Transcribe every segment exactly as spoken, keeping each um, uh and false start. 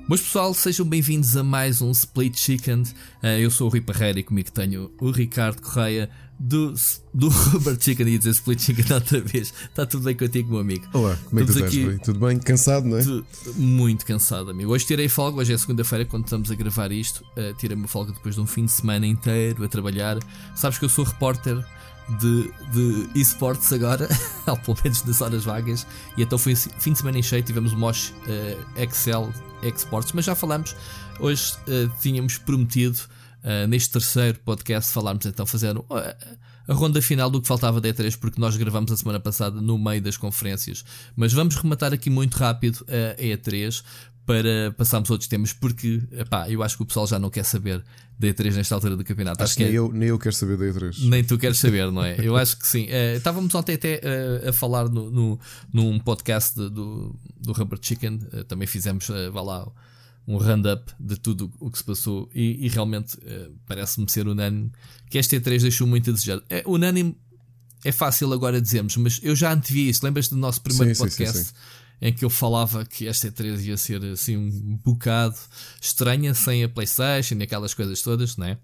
Mas pessoal, sejam bem-vindos a mais um Split Chicken. Eu sou o Rui Parreira e comigo tenho o Ricardo Correia do, do Rubber Chicken. Ia dizer Split Chicken outra vez. Está tudo bem contigo, meu amigo? Olá, como é que tu estás, Rui? Tudo bem? Cansado, não é? Tu, muito cansado, amigo. Hoje tirei folga, hoje é segunda-feira quando estamos a gravar isto. uh, Tirei-me folga depois de um fim de semana inteiro a trabalhar. Sabes que eu sou repórter de, de esportes agora, ou pelo menos nas horas vagas. E então foi fim de semana em cheio. Tivemos o Mosh uh, Excel Exports, mas já falamos. Hoje uh, tínhamos prometido uh, neste terceiro podcast falarmos então, fazer uh, a ronda final do que faltava da E três, porque nós gravamos a semana passada no meio das conferências. Mas vamos rematar aqui muito rápido a E três para passarmos outros temas, porque epá, eu acho que o pessoal já não quer saber da E três nesta altura do campeonato. Acho, acho que nem, é... eu, nem eu quero saber da E três. Nem tu queres saber, não é? Eu acho que sim. Uh, estávamos ontem até uh, a falar no, no, num podcast de, do, do Rubber Chicken. Uh, também fizemos, uh, vá lá, um round-up de tudo o que se passou. E, e realmente uh, parece-me ser unânime que esta E três deixou muito a desejar. É, unânime é fácil agora dizermos, mas eu já antevi isso. Lembras-te do nosso primeiro sim, podcast? Sim, sim, sim. Em que eu falava que esta E três ia ser assim um bocado estranha, sem a PlayStation e aquelas coisas todas, não é?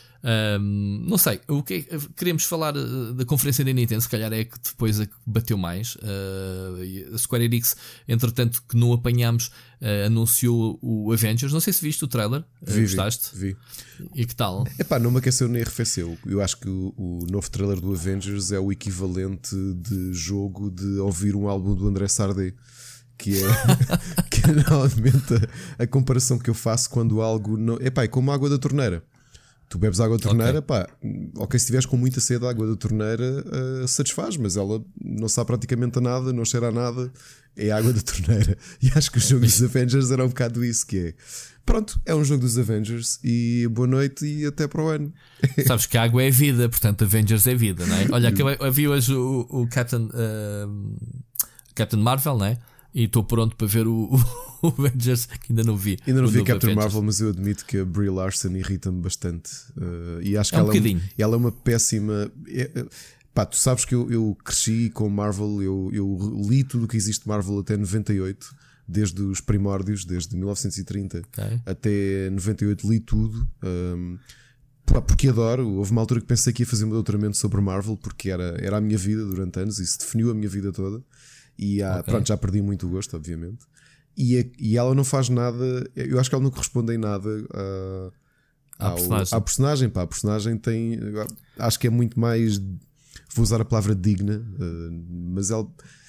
Um, não sei, o que é, queremos falar da conferência da Nintendo, se calhar é que depois a que bateu mais. Uh, a Square Enix, entretanto, que não apanhámos, uh, anunciou o Avengers. Não sei se viste o trailer. Vi, uh, gostaste? Vi, vi. E que tal? Epá, não me aqueceu nem arrefeceu. Eu acho que o, o novo trailer do Avengers é o equivalente de jogo de ouvir um álbum do André Sardé. Que é, que é normalmente a, a comparação que eu faço quando algo não. Epá, é como a água da torneira. Tu bebes água da torneira, okay. Pá, ok, se estiveres com muita sede, a água da torneira uh, satisfaz, mas ela não sabe praticamente a nada, não cheira a nada, é água da torneira. E acho que o jogo dos Avengers era um bocado isso, que é pronto, é um jogo dos Avengers e boa noite e até para o ano. Sabes que a água é vida, portanto Avengers é vida, não é? Olha, acabei, havia hoje o, o Captain, uh, Captain Marvel, não é? E estou pronto para ver o, o Avengers, que ainda não vi. Ainda não vi a Captain Avengers. Marvel, mas eu admito que a Brie Larson irrita-me bastante. Uh, e acho que é um ela, é um, ela é uma péssima. É, pá, tu sabes que eu, eu cresci com Marvel, eu, eu li tudo o que existe de Marvel até noventa e oito, desde os primórdios, desde mil novecentos e trinta okay. Até noventa e oito, li tudo. Um, porque adoro. Houve uma altura que pensei que ia fazer um doutoramento sobre Marvel, porque era, era a minha vida durante anos, isso definiu a minha vida toda. E há, okay. Pronto, já perdi muito o gosto, obviamente. E, a, e ela não faz nada. Eu acho que ela não corresponde em nada uh, à, ao, personagem. à personagem. Pá, a personagem tem. Acho que é muito mais. Vou usar a palavra digna, uh, mas ela.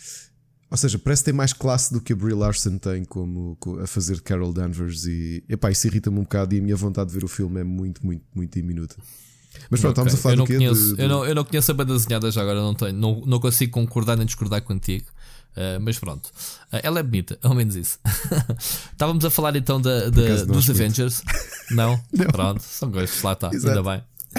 Ou seja, parece que tem mais classe do que a Brie Larson tem como, a fazer de Carol Danvers. E epá, isso irrita-me um bocado. E a minha vontade de ver o filme é muito, muito, muito diminuta. Mas pronto, okay. Estamos a falar eu não do quê? Conheço, de, de... Eu, não, eu não conheço a banda desenhada já agora, não, tenho, não, não consigo concordar nem discordar contigo. Uh, mas pronto, uh, ela é bonita, ao menos isso. Estávamos a falar então da, da, dos Avengers. Não? não? Pronto, são gostos, lá está, ainda bem.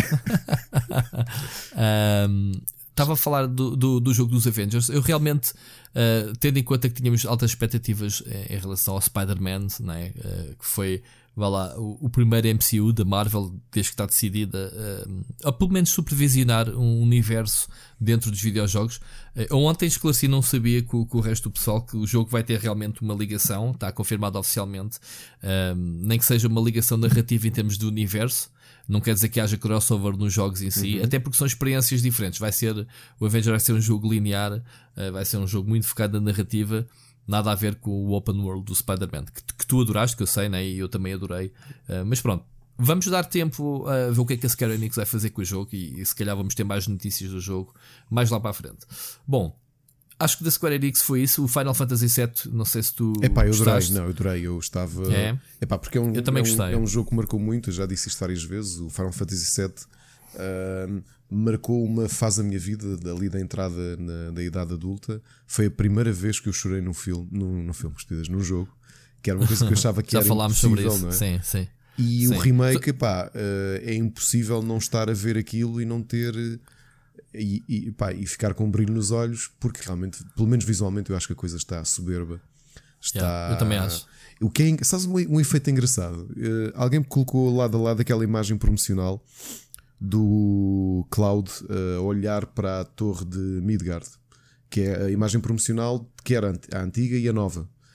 Estava um, a falar do, do, do jogo dos Avengers. Eu realmente, uh, tendo em conta que tínhamos altas expectativas em, em relação ao Spider-Man, né, uh, que foi vá lá, o, o primeiro M C U da Marvel, desde que está decidida uh, a pelo menos supervisionar um universo dentro dos videojogos. Uh, ontem esclareci, não sabia com, com o resto do pessoal que o jogo vai ter realmente uma ligação, está confirmado oficialmente, uh, nem que seja uma ligação narrativa em termos de universo. Não quer dizer que haja crossover nos jogos em si, uhum. Até porque são experiências diferentes. Vai ser, o Avengers vai ser um jogo linear, uh, vai ser um jogo muito focado na narrativa. Nada a ver com o Open World do Spider-Man, que, que tu adoraste, que eu sei, né? E eu também adorei. Uh, mas pronto, vamos dar tempo a ver o que é que a Square Enix vai fazer com o jogo. E, e se calhar vamos ter mais notícias do jogo mais lá para a frente. Bom, acho que da Square Enix foi isso. O Final Fantasy sete, não sei se tu Epá, eu gostaste. adorei, não, eu adorei. Eu estava. É? Epá, porque é um, eu também é, um, gostei. é um jogo que marcou muito. Eu já disse isto várias vezes. O Final Fantasy sete uh, marcou uma fase da minha vida, ali da entrada na, da idade adulta. Foi a primeira vez que eu chorei num filme, num, num filme, gostei, num jogo, que era uma coisa que eu achava que já era falámos impossível, sobre isso. Não é? Sim, sim. E sim. o remake, pá, uh, é impossível não estar a ver aquilo e não ter. E, e, pá, e ficar com um brilho nos olhos, porque realmente, pelo menos visualmente, eu acho que a coisa está soberba. Está... Yeah, eu também acho. O que é, sabes um, um efeito engraçado? Uh, alguém me colocou lado a lado aquela imagem promocional do Cloud uh, a olhar para a torre de Midgard, que é a imagem promocional que era a antiga e a nova.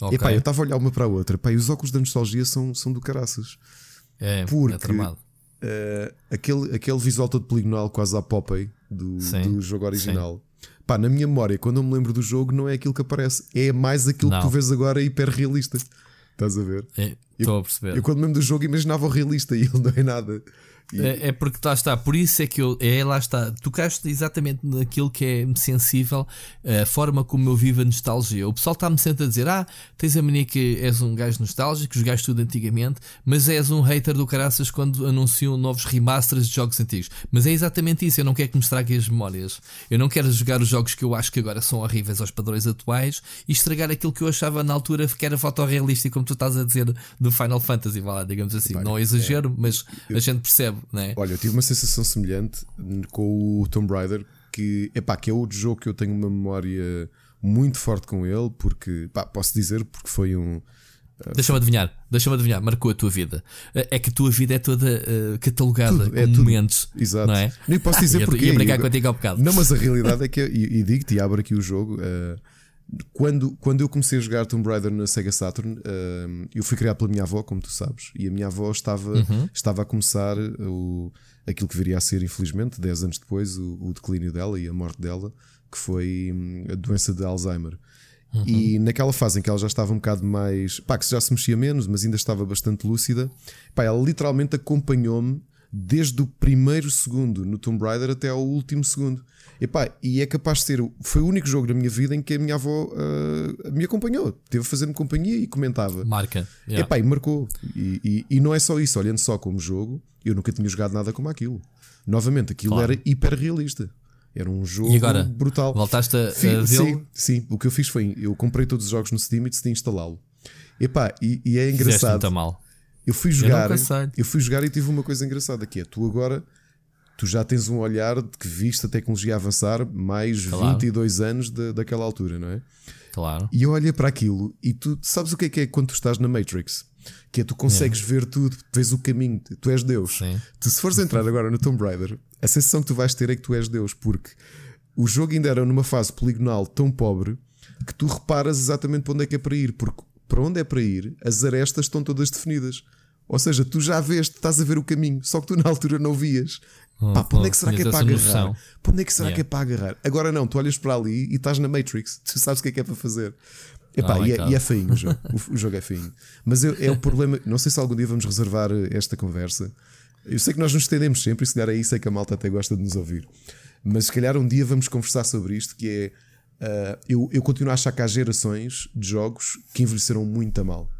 Okay. Epá, eu estava a olhar uma para a outra. Epá, e os óculos da nostalgia são, são do caraças. É, porque é tramado. Uh, aquele, aquele visual todo poligonal, quase à Popeye do, do jogo original. Pá, na minha memória, quando eu me lembro do jogo, não é aquilo que aparece, é mais aquilo não. que tu vês agora hiper realista. Estás a ver? Estou a perceber. Eu, quando me lembro do jogo, imaginava o realista e ele não é nada. E... É, é porque lá está, por isso é que eu. É, lá está, tocaste exatamente naquilo que é sensível, a forma como eu vivo a nostalgia. O pessoal está-me sempre a dizer: ah, tens a mania que és um gajo nostálgico, jogaste tudo antigamente, mas és um hater do caraças quando anunciam novos remasters de jogos antigos. Mas é exatamente isso, eu não quero que me estraguem as memórias. Eu não quero jogar os jogos que eu acho que agora são horríveis aos padrões atuais e estragar aquilo que eu achava na altura que era fotorrealístico, como tu estás a dizer do Final Fantasy, vá lá, digamos assim. Pai, não exagero, é, mas eu, a gente percebe. É? Olha, eu tive uma sensação semelhante com o Tomb Raider, que, epá, que é outro jogo que eu tenho uma memória muito forte com ele, porque pá, posso dizer porque foi um. Uh... Deixa-me adivinhar, deixa-me adivinhar, marcou a tua vida. É que a tua vida é toda uh, catalogada tudo, é com tudo. momentos. Exato. Não é? Nem posso dizer porque. Ia brincar contigo ao bocado. Não, mas a realidade é que, e, e digo-te, e abro aqui o jogo. Uh, Quando, quando eu comecei a jogar Tomb Raider na Sega Saturn, uh, eu fui criado pela minha avó, como tu sabes, e a minha avó estava, uhum. estava a começar o, aquilo que viria a ser, infelizmente, dez anos depois, o, o declínio dela e a morte dela, que foi um, a doença de Alzheimer. Uhum. E naquela fase em que ela já estava um bocado mais. Pá, que já se mexia menos, mas ainda estava bastante lúcida, pá, ela literalmente acompanhou-me desde o primeiro segundo no Tomb Raider até ao último segundo. Epá, e é capaz de ser. Foi o único jogo da minha vida em que a minha avó uh, me acompanhou. Teve a fazer-me companhia e comentava. Marca. Yeah. Epá, e marcou. E, e, e não é só isso, olhando só como jogo, eu nunca tinha jogado nada como aquilo. Novamente, aquilo claro. Era hiper realista. Era um jogo e agora, brutal. Voltaste a, Fiz, a sim, sim, o que eu fiz foi: eu comprei todos os jogos no Steam e decidi instalá-lo. Epá, e, e é engraçado. Muito mal. Eu fui jogar. Eu, eu fui jogar e tive uma coisa engraçada que é: tu agora. Tu já tens um olhar de que viste a tecnologia avançar mais claro. vinte e dois anos de, daquela altura, não é? Claro. E eu olhei para aquilo e tu sabes o que é que é quando tu estás na Matrix? Que é tu consegues é. ver tudo, vês o caminho, tu és Deus. Sim. Tu, se fores entrar agora no Tomb Raider, a sensação que tu vais ter é que tu és Deus, porque o jogo ainda era numa fase poligonal tão pobre que tu reparas exatamente para onde é que é para ir, porque para onde é para ir, as arestas estão todas definidas. Ou seja, tu já vês, estás a ver o caminho, só que tu na altura não vias. Oh, Pá, para onde é que será que é para agarrar? Para onde é que será yeah. que é para agarrar? Agora não, tu olhas para ali e estás na Matrix, tu sabes o que é que é para fazer. Epá, oh, e, é, e é feinho o jogo. O, o jogo é feinho. Mas eu, é o problema. Não sei se algum dia vamos reservar esta conversa. Eu sei que nós nos estendemos sempre, e se calhar é isso é que a malta até gosta de nos ouvir. Mas se calhar um dia vamos conversar sobre isto. Que é uh, eu, eu continuo a achar que há gerações de jogos que envelheceram muito a mal.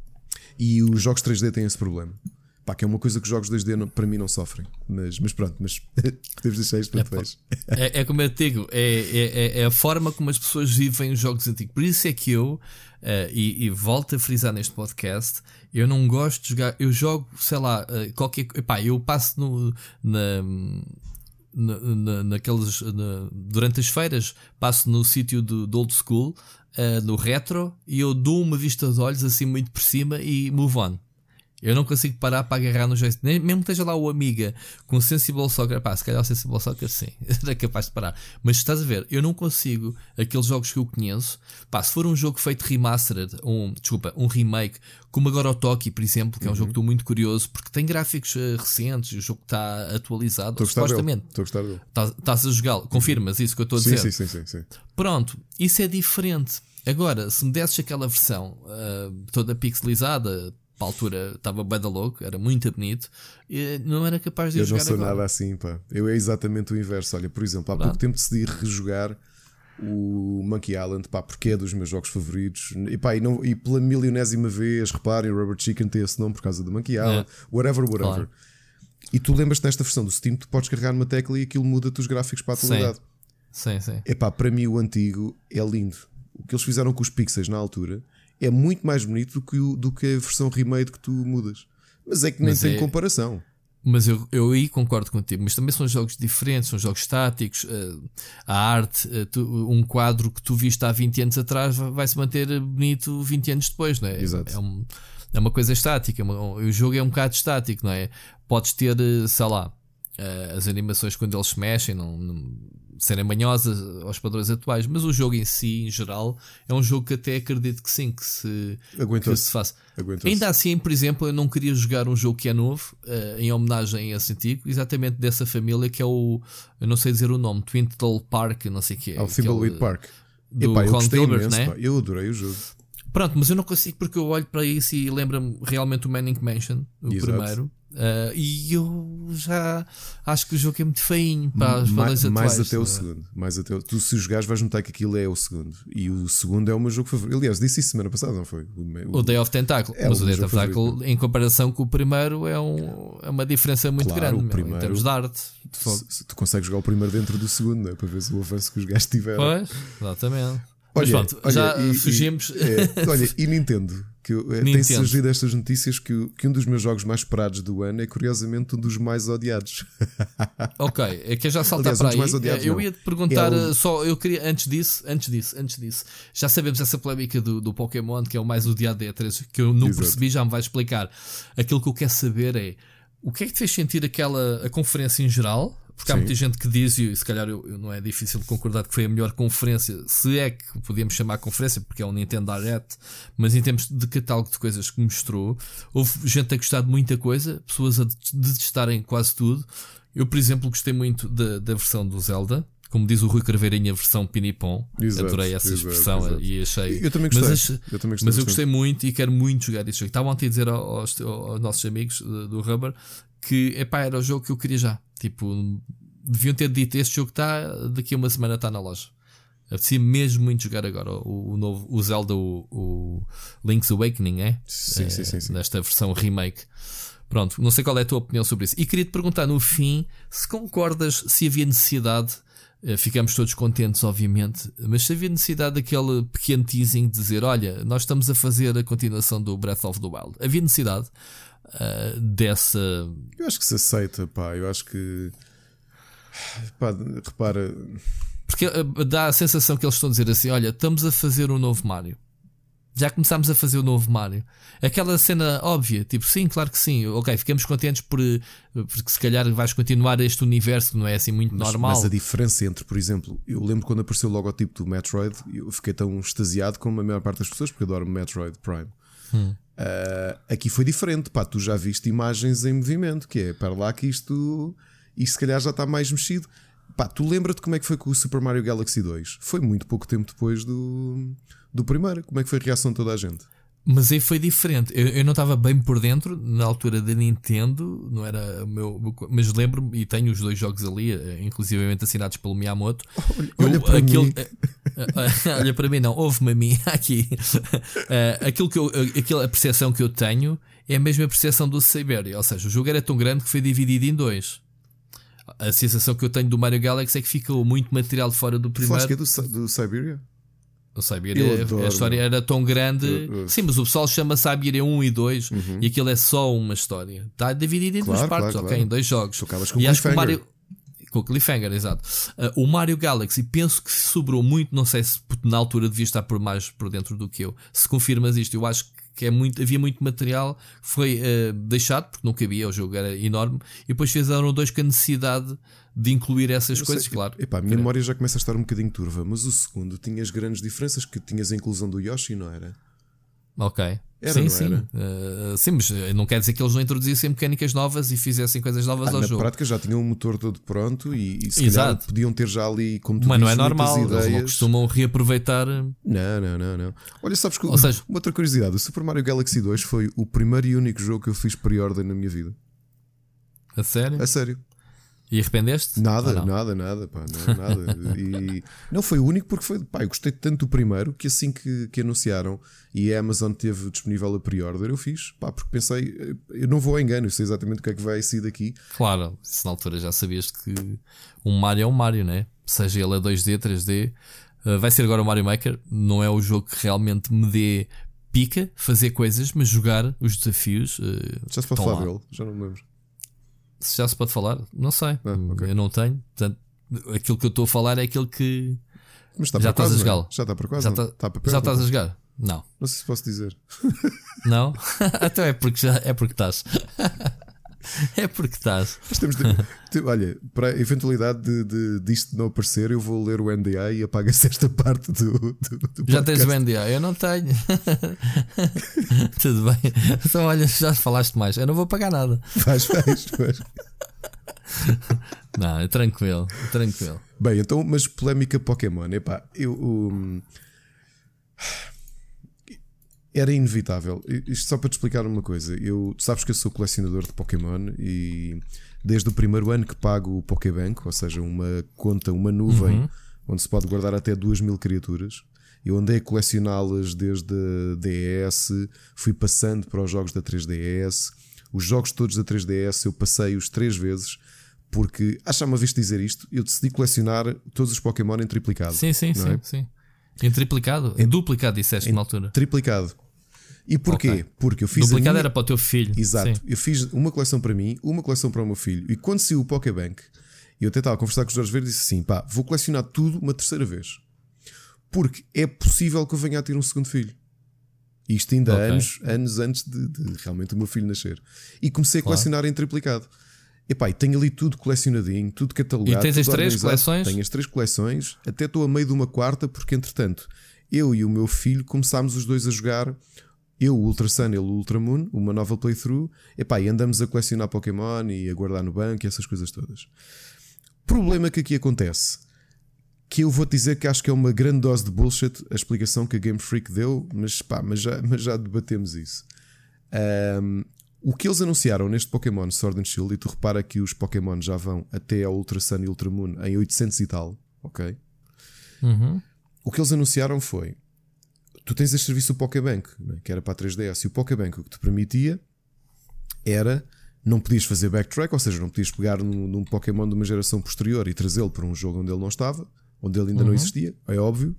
E os jogos três D têm esse problema. Pá, que é uma coisa que os jogos dois D não, para mim não sofrem. Mas, mas pronto, mas deves deixar isto para é, depois. É, é como eu te digo, é, é, é a forma como as pessoas vivem os jogos antigos. Por isso é que eu, uh, e, e volto a frisar neste podcast, eu não gosto de jogar. Eu jogo, sei lá, uh, qualquer. Epá, eu passo no, na. Na, na, naqueles, na, durante as feiras, passo no sítio do, do old school, uh, no retro, e eu dou uma vista de olhos assim muito por cima e move on. Eu não consigo parar para agarrar no joystick. Mesmo que esteja lá o Amiga com o Sensible Soccer, pá, se calhar o Sensible Soccer sim, era capaz de parar. Mas estás a ver, eu não consigo aqueles jogos que eu conheço. Pá, se for um jogo feito remastered, um, desculpa, um remake, como agora o Toki, por exemplo, que é um uhum. jogo que estou muito curioso, porque tem gráficos uh, recentes e o jogo está atualizado. Estou supostamente. Estou a gostar dele. Estás a jogá-lo, confirmas isso que eu estou a sim, dizer? Sim, sim, sim, sim. Pronto, isso é diferente. Agora, se me desses aquela versão uh, toda pixelizada, para a altura estava bem da louco, era muito bonito, e não era capaz de eu jogar. Eu não sou agora. nada assim, pá. Eu é exatamente o inverso. Olha, por exemplo, há Pronto. pouco tempo decidi rejogar o Monkey Island, pá, porque é dos meus jogos favoritos. E, pá, e, não, e pela milionésima vez, reparem, o Rubber Chicken tem esse nome por causa do Monkey Island, é. whatever, whatever. Claro. E tu lembras-te nesta versão do Steam, tu podes carregar numa tecla e aquilo muda-te os gráficos para a atualidade. Sim, sim. É pá, para mim o antigo é lindo. O que eles fizeram com os pixels na altura é muito mais bonito do que, o, do que a versão remade que tu mudas. Mas é que nem mas tem é... comparação. Mas eu, eu aí concordo contigo. Mas também são jogos diferentes, são jogos estáticos. Uh, a arte, uh, tu, um quadro que tu viste há vinte anos atrás vai se manter bonito vinte anos depois, não é? Exato. É, um, é uma coisa estática. É uma, um, o jogo é um bocado estático, não é? Podes ter, sei lá, uh, as animações quando eles se mexem, não, não, serem manhosas aos padrões atuais, mas o jogo em si, em geral, é um jogo que até acredito que sim, que se, que se faça. Ainda assim, por exemplo, eu não queria jogar um jogo que é novo, uh, em homenagem a esse antigo, exatamente dessa família, que é o, eu não sei dizer o nome, Twintle Park, não sei o que é. Ah, o Thimbleweed Park. Do Epá, eu Ron gostei Gilbert, imenso, né? pá. Eu adorei o jogo. Pronto, mas eu não consigo porque eu olho para isso e lembro-me realmente o Manic Mansion, o Exato. primeiro, uh, e eu já acho que o jogo é muito feinho para as mais, atuais. mais até o segundo. Mais até o, tu, se jogares, vais notar que aquilo é o segundo. E o segundo é o meu jogo favorito. Aliás, disse isso semana passada, não foi? O, o, o Day of Tentacle. É mas o o Day meu of jogo Tentacle, favorito. em comparação com o primeiro, é, um, é uma diferença muito Claro, grande o meu, primeiro- em termos de arte. De fogo. se, se tu consegues jogar o primeiro dentro do segundo, não é? Para ver se o avanço que os gajos tiveram. Pois, exatamente. Olha, Mas pronto, olha, já e- fugimos. e- é, olha, e Nintendo, que eu- é, tem Nintendo. surgido estas notícias que, o- que um dos meus jogos mais esperados do ano é curiosamente um dos mais odiados. Ok, é que eu já saltar Aliás, um para dos aí. mais odiados, eu não. ia te perguntar É o- só, eu queria antes disso, antes disso, antes disso. Já sabemos essa polémica do, do Pokémon, que é o mais odiado da E três, que eu não Exato. percebi, já me vai explicar. Aquilo que eu quero saber é o que é que te fez sentir aquela a conferência em geral? Porque há Sim. muita gente que diz, e se calhar eu, eu não é difícil de concordar que foi a melhor conferência, se é que podíamos chamar conferência, porque é um Nintendo Direct, mas em termos de catálogo de coisas que mostrou, houve gente a gostar de muita coisa, pessoas a detestarem quase tudo. Eu, por exemplo, gostei muito da, da versão do Zelda, como diz o Rui Carveirinha, a versão Pinipom. Exato, Adorei essa exato, expressão exato. e achei. Eu também gostei. Mas, ach- eu também gostei mas eu bastante. gostei muito e quero muito jogar esse jogo. Estava ontem a dizer aos, aos nossos amigos do do Rubber que epá, era o jogo que eu queria já. Tipo, deviam ter dito: este jogo está, daqui a uma semana está na loja. Apetecia mesmo muito jogar agora o, o novo o Zelda, o, o Link's Awakening, é? Sim, é, sim, sim, sim. Nesta versão remake. Pronto, não sei qual é a tua opinião sobre isso. E queria te perguntar no fim se concordas, se havia necessidade, eh, ficamos todos contentes, obviamente, mas se havia necessidade daquele pequeno teasing de dizer: olha, nós estamos a fazer a continuação do Breath of the Wild. Havia necessidade uh, dessa. Eu acho que se aceita, pá. Eu acho que. Pá, repara. Porque uh, dá a sensação que eles estão a dizer assim: olha, estamos a fazer um novo Mario. Já começámos a fazer o novo Mario. Aquela cena óbvia, tipo, sim, claro que sim. Ok, ficamos contentes por, porque se calhar vais continuar este universo que não é assim muito Mas, normal. mas a diferença entre, por exemplo, eu lembro quando apareceu o logotipo do Metroid, eu fiquei tão extasiado como a maior parte das pessoas, porque eu adoro Metroid Prime. Hum. Uh, aqui foi diferente, pá, tu já viste imagens em movimento, que é para lá que isto, isto se calhar já está mais mexido. Pá, tu lembra-te como é que foi com o Super Mario Galaxy dois? Foi muito pouco tempo depois do, do primeiro. Como é que foi a reação de toda a gente? Mas aí foi diferente. Eu, eu não estava bem por dentro na altura da Nintendo, não era o meu, mas lembro-me e tenho os dois jogos ali, inclusivamente assinados pelo Miyamoto. Olha, olha eu, para aquele, mim. olha para mim, não, ouve-me a mim aqui. Uh, aquilo que eu, aquela percepção que eu tenho é a mesma percepção do Siberia, ou seja, o jogo era tão grande que foi dividido em dois. A sensação que eu tenho do Mario Galaxy é que ficou muito material de fora do primeiro. Falaste que é do, do Siberia? O Siberia, adoro, a história meu. era tão grande. Eu- eu- Sim, mas o pessoal chama Siberia um e dois Uhum. e aquilo é só uma história. Está dividido em Claro, duas partes, claro, ok? claro. Em dois jogos. Tu acabas com e o acho que o cliffhanger. Mario. Com o Cliffhanger, exato. Uh, o Mario Galaxy, penso que sobrou muito. Não sei se na altura devia estar por mais por dentro do que eu. Se confirmas isto, eu acho que é muito, havia muito material que foi uh, deixado porque não cabia, o jogo era enorme. E depois fizeram dois com a necessidade de incluir essas Eu coisas, sei, claro. Epá, a minha memória já começa a estar um bocadinho turva, mas o segundo tinhas grandes diferenças, que tinhas a inclusão do Yoshi, não era? Ok. Era, sim, não sim. era? Uh, sim, mas não quer dizer que eles não introduzissem mecânicas novas e fizessem coisas novas Ah, ao na jogo. prática já tinham o motor todo pronto e, e se Exato. calhar podiam ter já ali, como tu Mas não é dizes, normal, muitas eles não ideias. costumam reaproveitar. Não, não, não, não. Olha, sabes que Ou seja- uma outra curiosidade: o Super Mario Galaxy dois foi o primeiro e único jogo que eu fiz pre-order na minha vida. A sério? A sério. E arrependeste? Nada, Ou não? nada, nada, pá, não, nada. E não foi o único porque foi, pá, eu gostei tanto do primeiro que assim que, que anunciaram e a Amazon teve disponível a pre-order, eu fiz, pá, porque pensei, eu não vou a engano, eu sei exatamente o que é que vai sair daqui. Claro, se na altura já sabias que um Mario é um Mario, né? Seja ele a dois D, três D. Uh, vai ser agora o Mario Maker. Não é o jogo que realmente me dê pica fazer coisas, mas jogar os desafios. Uh, Já se pode estão falar lá. dele, já não me lembro. Se já se pode falar, não sei. Ah, ok. Eu não tenho. Portanto, aquilo que eu estou a falar é aquilo que Mas está já para estás a quase, não é? jogá-lo. Já está para quase, já, não? tá- Está para perto, já estás não a está? jogar. Não, Não sei se posso dizer. não. Então é porque já é porque estás. É porque estás. Estamos de, olha, para a eventualidade de, de, disto não aparecer, eu vou ler o N D A e apaga-se esta parte do, do, do Já tens o N D A? Eu não tenho. Tudo bem. Então, olha, já falaste mais. Eu não vou pagar nada. Faz, faz, faz. Não, é tranquilo, é tranquilo. Bem, então, mas polémica Pokémon. Epá, eu. Um... Era inevitável. Isto só para te explicar uma coisa. Eu, tu sabes que eu sou colecionador de Pokémon e desde o primeiro ano que pago o Pokébank, ou seja, uma conta, uma nuvem uhum. onde se pode guardar até duas mil criaturas. Eu andei a colecioná-las desde a D S, fui passando para os jogos da três D S. Os jogos todos da três D S eu passei-os três vezes porque, acha-me visto dizer isto, eu decidi colecionar todos os Pokémon em triplicado. Sim, sim, sim, é? sim. Em triplicado? Em duplicado, disseste na altura. Triplicado. E porquê? Okay. Porque eu fiz. Duplicado a minha... era para o teu filho. Exato. Sim. Eu fiz uma coleção para mim, uma coleção para o meu filho. E quando saiu o Pokébank, eu até estava a conversar com os Jorge Verde e disse assim: pá, vou colecionar tudo uma terceira vez. Porque é possível que eu venha a ter um segundo filho. Isto ainda okay. anos, anos antes de, de realmente o meu filho nascer. E comecei a claro. colecionar em triplicado. Epá, e tenho ali tudo colecionadinho, tudo catalogado. E tens as três organizado. coleções? Tenho as três coleções. Até estou a meio de uma quarta, porque entretanto eu e o meu filho começámos os dois a jogar. Eu, o Ultra Sun, ele, o Ultra Moon, uma nova playthrough. Epá, e andamos a colecionar Pokémon e a guardar no banco e essas coisas todas. Problema que aqui acontece, que eu vou-te dizer que acho que é uma grande dose de bullshit a explicação que a Game Freak deu, mas, pá, mas, já, mas já debatemos isso. Um, o que eles anunciaram neste Pokémon Sword and Shield, e tu repara que os Pokémon já vão até ao Ultra Sun e Ultra Moon em oitocentos e tal, ok? Uhum. O que eles anunciaram foi: tu tens este serviço do Pokébank, né, que era para a três D S, e o Pokébank o que te permitia era, não podias fazer backtrack, ou seja, não podias pegar num, num Pokémon de uma geração posterior e trazê-lo para um jogo onde ele não estava, onde ele ainda uhum. não existia, é óbvio,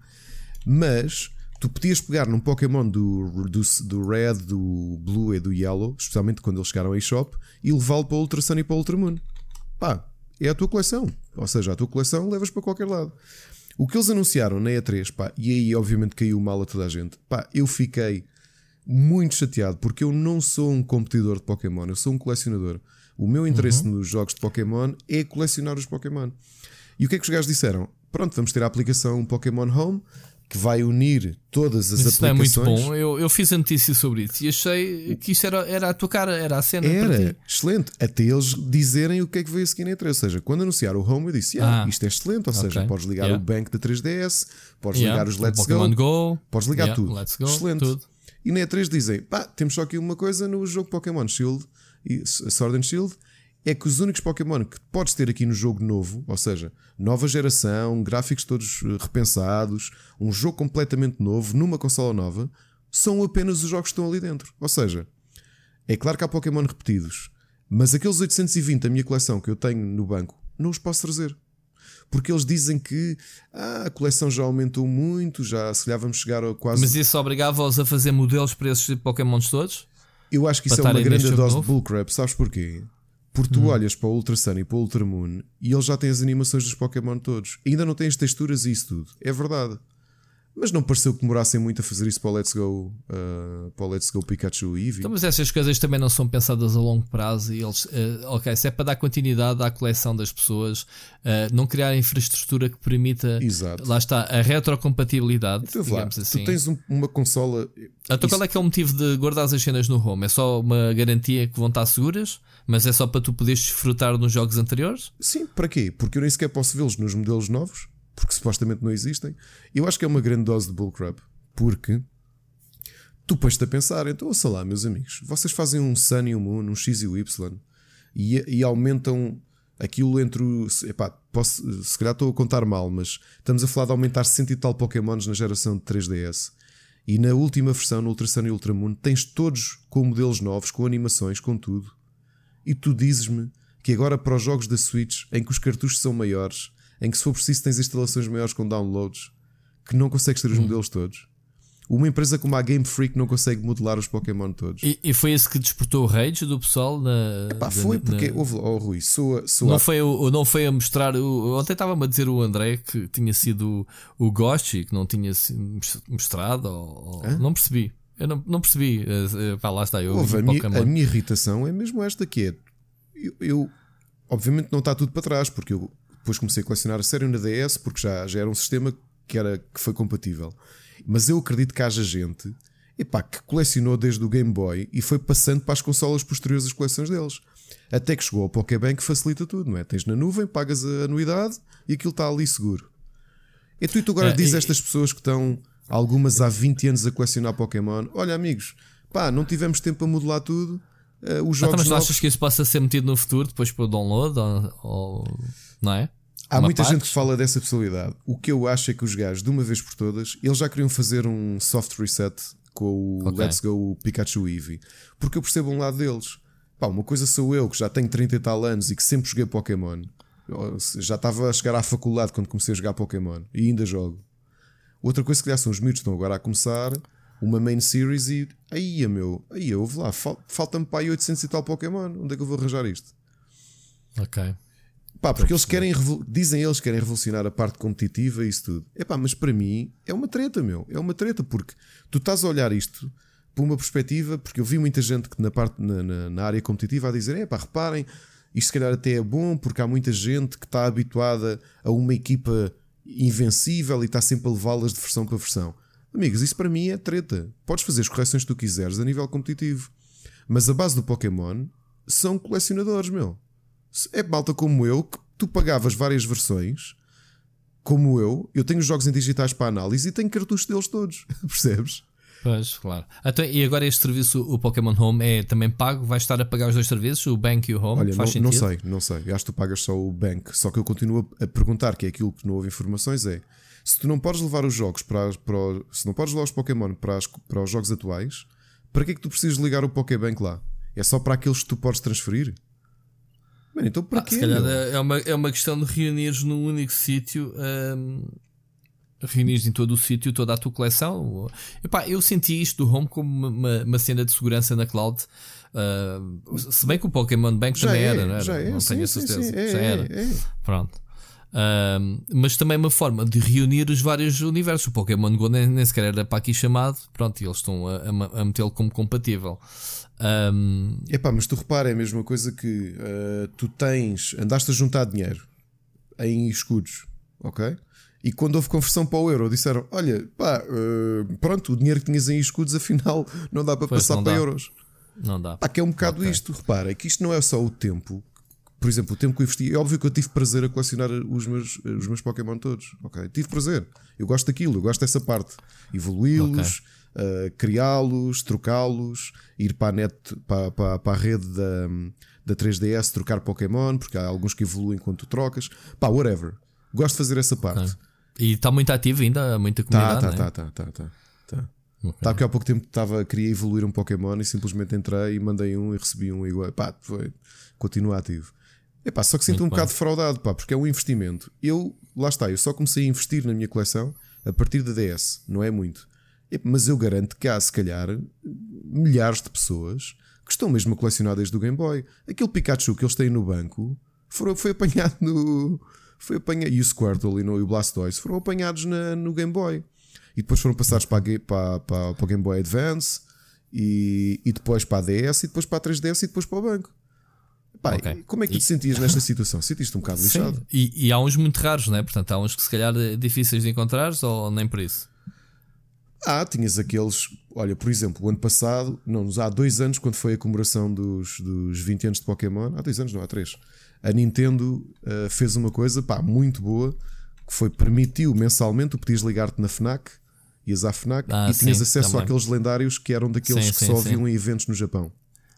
mas tu podias pegar num Pokémon do, do, do Red, do Blue e do Yellow, especialmente quando eles chegaram a eShop, e levá-lo para o Ultra Sun e para o Ultra Moon. Pá, é a tua coleção, ou seja, a tua coleção levas para qualquer lado. O que eles anunciaram na E três, pá, e aí obviamente caiu mal a toda a gente, pá, eu fiquei muito chateado porque eu não sou um competidor de Pokémon, eu sou um colecionador. O meu interesse uhum. nos jogos de Pokémon é colecionar os Pokémon. E o que é que os gajos disseram? Pronto, vamos ter a aplicação Pokémon Home que vai unir todas as isso aplicações. Isso não é muito bom. Eu, eu fiz a notícia sobre isso e achei que isso era, era a tua cara, era a cena. Era excelente, até eles dizerem o que é que veio a seguir na E três. Ou seja, quando anunciaram o Home, eu disse: ah, ah, isto é excelente. Ou okay. seja, podes ligar yeah. o Bank da três D S, podes yeah. ligar os Let's o Pokémon Go, Go, podes ligar yeah. tudo. Let's Go, excelente. Tudo. E na E três dizem: pá, temos só aqui uma coisa no jogo Pokémon Shield e Sword and Shield. É que os únicos Pokémon que podes ter aqui no jogo novo, ou seja, nova geração, gráficos todos repensados, um jogo completamente novo, numa consola nova, são apenas os jogos que estão ali dentro. Ou seja, é claro que há Pokémon repetidos, mas aqueles oitocentos e vinte da minha coleção que eu tenho no banco, não os posso trazer. Porque eles dizem que ah, a coleção já aumentou muito, já se calhar vamos chegar a quase... Mas isso obrigava-os a fazer modelos para esses Pokémons todos? Eu acho que isso é uma grande dose de bullcrap, sabes porquê? Porque tu hum. olhas para o Ultra Sun e para o Ultra Moon e ele já tem as animações dos Pokémon todos. E ainda não tem as texturas e isso tudo. É verdade. Mas não pareceu que demorassem muito a fazer isso para o Let's Go, uh, para o Let's Go Pikachu e Eevee. Então, mas essas coisas também não são pensadas a longo prazo. E eles, uh, ok, se é para dar continuidade à coleção das pessoas, uh, não criar infraestrutura que permita. Exato. Lá está, a retrocompatibilidade. Então, digamos lá, assim. Tu tens um, uma consola. Então, isso... qual é que é o motivo de guardar as cenas no home? É só uma garantia que vão estar seguras? Mas é só para tu poderes desfrutar nos jogos anteriores? Sim, para quê? Porque eu nem sequer posso vê-los nos modelos novos, porque supostamente não existem. Eu acho que é uma grande dose de bullcrap, porque tu pões-te a pensar, então, ouça lá, meus amigos, vocês fazem um Sun e um Moon, um X e o Y, e, e aumentam aquilo entre o... Epá, posso, se calhar estou a contar mal, mas estamos a falar de aumentar cento e tal Pokémons na geração de três D S. E na última versão, no Ultra Sun e Ultra Moon, tens todos com modelos novos, com animações, com tudo. E tu dizes-me que agora para os jogos da Switch, em que os cartuchos são maiores, em que se for preciso tens instalações maiores com downloads, que não consegues ter os hum. modelos todos. Uma empresa como a Game Freak não consegue modelar os Pokémon todos. E, e foi esse que despertou o rage do pessoal? Na, Epá, foi na, porque, na... ouve, oh, Rui, soa, soa não, foi o, não foi a mostrar. O, ontem estava-me a dizer o André que tinha sido o, o Ghost, que não tinha mostrado. Ou, ou, não percebi. Eu não, não percebi. Pá, lá está. Eu ouve, a, minha, a minha irritação é mesmo esta que é. eu, eu obviamente não está tudo para trás, porque eu depois comecei a colecionar a sério na D S, porque já, já era um sistema que, era, que foi compatível. Mas eu acredito que haja gente, epá, que colecionou desde o Game Boy e foi passando para as consolas posteriores as coleções deles. Até que chegou ao Pokébank, que facilita tudo, não é? Tens na nuvem, pagas a anuidade e aquilo está ali seguro. E tu, e tu agora é, dizes a estas pessoas que estão, algumas há vinte anos a colecionar Pokémon: olha, amigos, pá, não tivemos tempo a modelar tudo. Uh, os jogos mas novos... achas que isso possa ser metido no futuro, depois para o download? Ou, ou... Não é? Há uma muita parte? gente que fala dessa possibilidade. O que eu acho é que os gajos, de uma vez por todas, eles já queriam fazer um soft reset com o okay. Let's Go Pikachu Eevee. Porque eu percebo um lado deles. Pá, uma coisa sou eu, que já tenho trinta e tal anos e que sempre joguei Pokémon. Eu já estava a chegar à faculdade quando comecei a jogar Pokémon e ainda jogo. Outra coisa que já são os miúdos que estão agora a começar uma main series e aí, meu, aí eu vou lá, falta-me para aí oitocentos e tal Pokémon. Onde é que eu vou arranjar isto? Ok. Pá, porque eles querem, dizem eles que querem revolucionar a parte competitiva e isso tudo. É pá, mas para mim é uma treta, meu. É uma treta, porque tu estás a olhar isto por uma perspectiva, porque eu vi muita gente que na parte na, na, na área competitiva a dizer: é pá, reparem, isto se calhar até é bom, porque há muita gente que está habituada a uma equipa invencível e está sempre a levá-las de versão para versão. Amigos, isso para mim é treta. Podes fazer as correções que tu quiseres a nível competitivo, mas a base do Pokémon são colecionadores, meu. É malta como eu, que tu pagavas várias versões, como eu, eu tenho os jogos em digitais para análise e tenho cartuchos deles todos, percebes? Pois, claro. Então, e agora este serviço, o Pokémon Home, é também pago? Vais estar a pagar os dois serviços, o Bank e o Home? Olha, Faz não, não sentido? sei, não sei. Eu acho que tu pagas só o Bank. Só que eu continuo a perguntar, que é aquilo que não houve informações, é: se tu não podes levar os jogos para, para se não podes levar os Pokémon para, as, para os jogos atuais, para que é que tu precisas ligar o Pokébank lá? É só para aqueles que tu podes transferir? Mano, então para ah, quê? Se calhar é uma, é uma questão de reunires num único sítio, hum, reunires em todo o sítio toda a tua coleção. Epá, eu senti isto do Home como uma, uma cena de segurança na cloud. Uh, se bem que o Pokémon Bank já também é, era, não era? Já é, não sim, tenho a sim, certeza. sim, é, já era. É, é. Pronto. Uh, mas também uma forma de reunir os vários universos. O Pokémon Go nem, nem sequer era para aqui chamado. Pronto, e eles estão a, a, a metê-lo como compatível. Um... Epá, mas tu repara, é a mesma coisa que uh, tu tens, andaste a juntar dinheiro em escudos, ok? E quando houve conversão para o euro, disseram: olha, pá, uh, pronto, o dinheiro que tinhas em escudos afinal não dá para pois passar para dá. euros. Não dá. Pá, que é um bocado okay. isto, repara, é que isto não é só o tempo. Por exemplo, o tempo que eu investi, é óbvio que eu tive prazer a colecionar os meus, os meus Pokémon todos, ok? Tive prazer, eu gosto daquilo, eu gosto dessa parte, evoluí-los. Okay. Uh, criá-los, trocá-los, ir para a net, para, para, para a rede da, da três D S, trocar Pokémon, porque há alguns que evoluem quando tu trocas. Pá, whatever. Gosto de fazer essa parte. Okay. E está muito ativo ainda, há muita comunidade. Tá, não é? tá, tá, tá, tá, tá. Okay. Tá, porque há pouco tempo estava, queria evoluir um Pokémon e simplesmente entrei e mandei um e recebi um igual. Pá, foi, continua ativo. Epá, só que sinto muito um bem. bocado defraudado, pá, porque é um investimento. Eu, lá está, eu só comecei a investir na minha coleção a partir da D S, não é muito. Mas eu garanto que há, se calhar, milhares de pessoas que estão mesmo a colecionar desde o Game Boy. Aquele Pikachu que eles têm no banco foi, foi apanhado no. Foi apanhado, e o Squirtle e, no, e o Blastoise foram apanhados na, no Game Boy. E depois foram passados para, a, para, para, para o Game Boy Advance e, e depois para a D S e depois para a três D S e depois para o banco. Pá, okay. Como é que tu e... te sentias nesta situação? Sentiste um bocado lixado? Sim. E, e há uns muito raros, não é? Portanto, há uns que se calhar difíceis de encontrar ou nem por isso. Ah, tinhas aqueles. Olha, por exemplo, o ano passado, não, há dois anos, quando foi a comemoração dos, dos vinte anos de Pokémon, há dois anos, não, há três, a Nintendo uh, fez uma coisa, pá, muito boa, que foi, permitiu mensalmente, tu podias ligar-te na FNAC, ias à FNAC ah, e tinhas sim, acesso também. àqueles lendários que eram daqueles sim, que sim, só sim. haviam em eventos no Japão.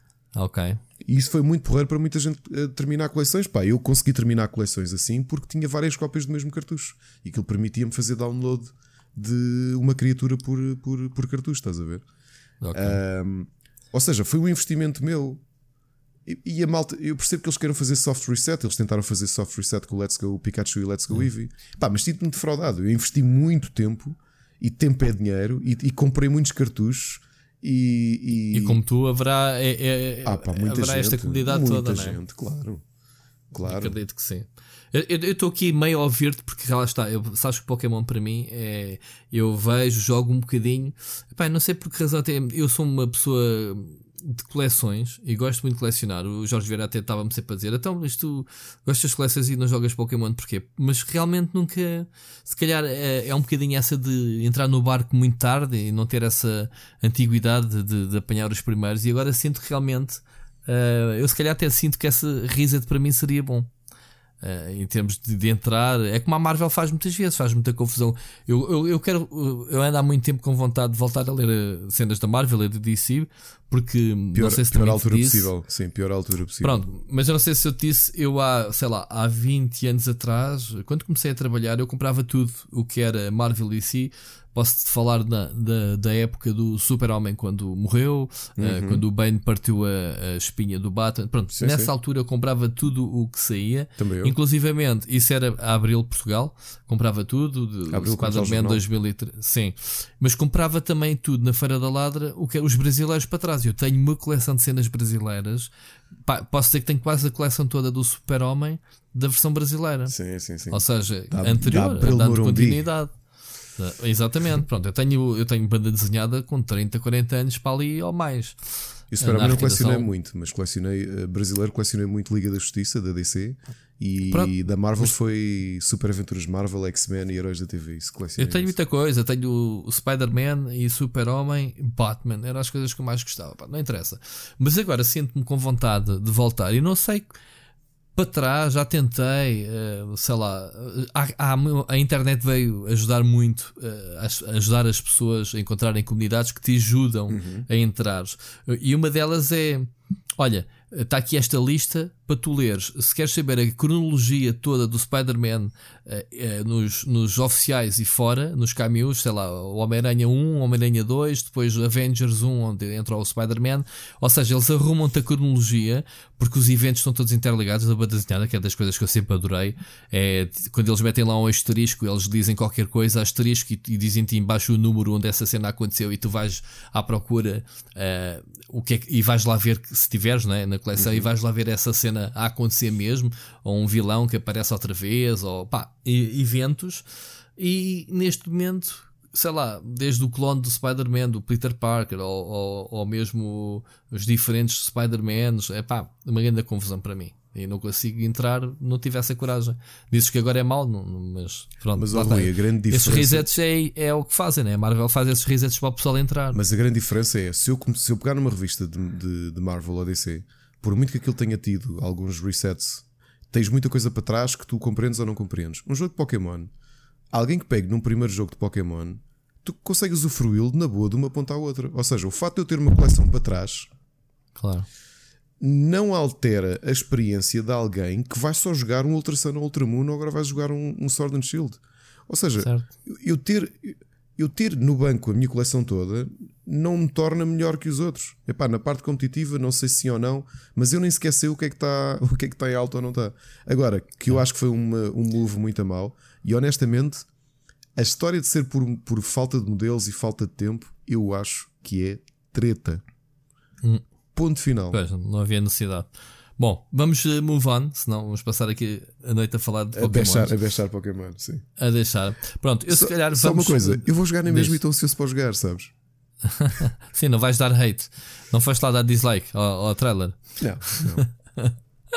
Ok. E isso foi muito porreiro para muita gente uh, terminar coleções. Pá, eu consegui terminar coleções assim porque tinha várias cópias do mesmo cartucho e aquilo permitia-me fazer download de uma criatura por, por, por cartucho, estás a ver? Okay. Um, ou seja, foi um investimento meu. E, e a malta, eu percebo que eles queiram fazer soft reset. Eles tentaram fazer soft reset com o Let's Go Pikachu e Let's Go uhum. Eevee. Pá, mas sinto-me defraudado. Eu investi muito tempo e tempo é dinheiro e, e comprei muitos cartuchos. E, e... e como tu, haverá, é, é, ah, pá, muita haverá gente, esta comunidade muita toda, gente, não é? claro. Claro. Acredito que sim. Eu estou aqui meio a ouvir-te porque lá está. Eu, sabes que o Pokémon para mim é. Eu vejo, jogo um bocadinho. Epá, não sei por que razão. Eu sou uma pessoa de coleções e gosto muito de colecionar. O Jorge Vieira até estava-me sempre a dizer: então, mas tu gostas de coleções e não jogas Pokémon, porquê? Mas realmente nunca, se calhar é, é um bocadinho essa de entrar no barco muito tarde e não ter essa antiguidade de, de apanhar os primeiros. E agora sinto que realmente, uh, eu se calhar até sinto que essa Reset para mim seria bom. Uh, em termos de, de entrar, é como a Marvel faz muitas vezes, faz muita confusão. Eu, eu, eu quero, eu ando há muito tempo com vontade de voltar a ler cenas da Marvel e da D C, porque pior, não sei se pior altura disse, possível. Sim, pior altura possível. Pronto, mas eu não sei se eu te disse, eu há, sei lá, há vinte anos atrás, quando comecei a trabalhar, eu comprava tudo o que era Marvel e D C. Posso-te falar da, da, da época do Super-Homem quando morreu, uhum. uh, quando o Bane partiu a, a espinha do Batman. Pronto, sim, nessa sim. altura eu comprava tudo o que saía. Também eu. Inclusivamente, isso era a Abril Portugal, comprava tudo, de Spider-Man dois mil e três. Sim, mas comprava também tudo na Feira da Ladra, o que é os brasileiros para trás. Eu tenho uma coleção de cenas brasileiras. Pá, posso dizer que tenho quase a coleção toda do Super-Homem da versão brasileira. Sim, sim, sim. Ou seja, dá, anterior, dá dando continuidade. Exatamente, pronto, eu tenho, eu tenho banda desenhada com trinta, quarenta anos para ali ou mais. Isso para mim não colecionei muito, mas colecionei uh, brasileiro, colecionei muito Liga da Justiça, da D C, e pronto. Da Marvel mas... foi Super Aventuras Marvel, X-Men e Heróis da T V. Isso eu tenho isso. Muita coisa, tenho o Spider-Man e Super-Homem, Batman, eram as coisas que eu mais gostava, pá, não interessa. Mas agora sinto-me com vontade de voltar e não sei. Para trás, já tentei, uh, sei lá, há, há, a internet veio ajudar muito, uh, a ajudar as pessoas a encontrarem comunidades que te ajudam uhum. a entrar. E uma delas é, olha, está aqui esta lista para tu leres. Se queres saber a cronologia toda do Spider-Man uh, uh, nos, nos oficiais e fora, nos cameos, sei lá, o Homem-Aranha um, o Homem-Aranha dois, depois o Avengers um, onde entra o Spider-Man. Ou seja, eles arrumam-te a cronologia, porque os eventos estão todos interligados. A banda desenhada, que é das coisas que eu sempre adorei, é quando eles metem lá um asterisco, eles dizem qualquer coisa, asterisco, e, e dizem-te embaixo o número onde essa cena aconteceu, e tu vais à procura uh, o que é que, e vais lá ver, se tiveres, né, na coleção, uhum. e vais lá ver essa cena a acontecer mesmo, ou um vilão que aparece outra vez, ou pá, eventos. E neste momento, sei lá, desde o clone do Spider-Man, do Peter Parker, ou, ou, ou mesmo os diferentes Spider-Mans, é pá, uma grande confusão para mim. E não consigo entrar, não tive essa coragem. Dizes que agora é mau, não, mas pronto. Mas, Rui, a grande diferença... Esses resets é, é o que fazem, né? A Marvel faz esses resets para o pessoal entrar. Mas a grande diferença é, se eu, se eu pegar numa revista de, de, de Marvel ou D C, por muito que aquilo tenha tido alguns resets, tens muita coisa para trás que tu compreendes ou não compreendes. Um jogo de Pokémon, alguém que pegue num primeiro jogo de Pokémon, tu consegues usufruí-lo na boa de uma ponta à outra. Ou seja, o facto de eu ter uma coleção para trás, claro, não altera a experiência de alguém que vai só jogar um Ultra Sun ou Ultra Moon, ou agora vai jogar um, um Sword and Shield. Ou seja, eu, eu ter eu ter no banco a minha coleção toda não me torna melhor que os outros. Epá, na parte competitiva não sei se sim ou não, mas eu nem sequer sei o que é que está, o que é que está em alto ou não está. Agora, que eu acho que foi uma, um move muito a mal, e honestamente a história de ser por, por falta de modelos e falta de tempo, eu acho que é treta. Hum. Ponto final. Pois, não havia necessidade. Bom, vamos move on, senão vamos passar aqui a noite a falar de Pokémon. A deixar, a deixar Pokémon, sim. A deixar. Pronto, eu só, se calhar só vamos... uma coisa, eu vou jogar nem mesmo e estou ansioso para jogar, sabes? Sim, não vais dar hate. Não foste lá dar dislike ao, ao trailer. Não, não.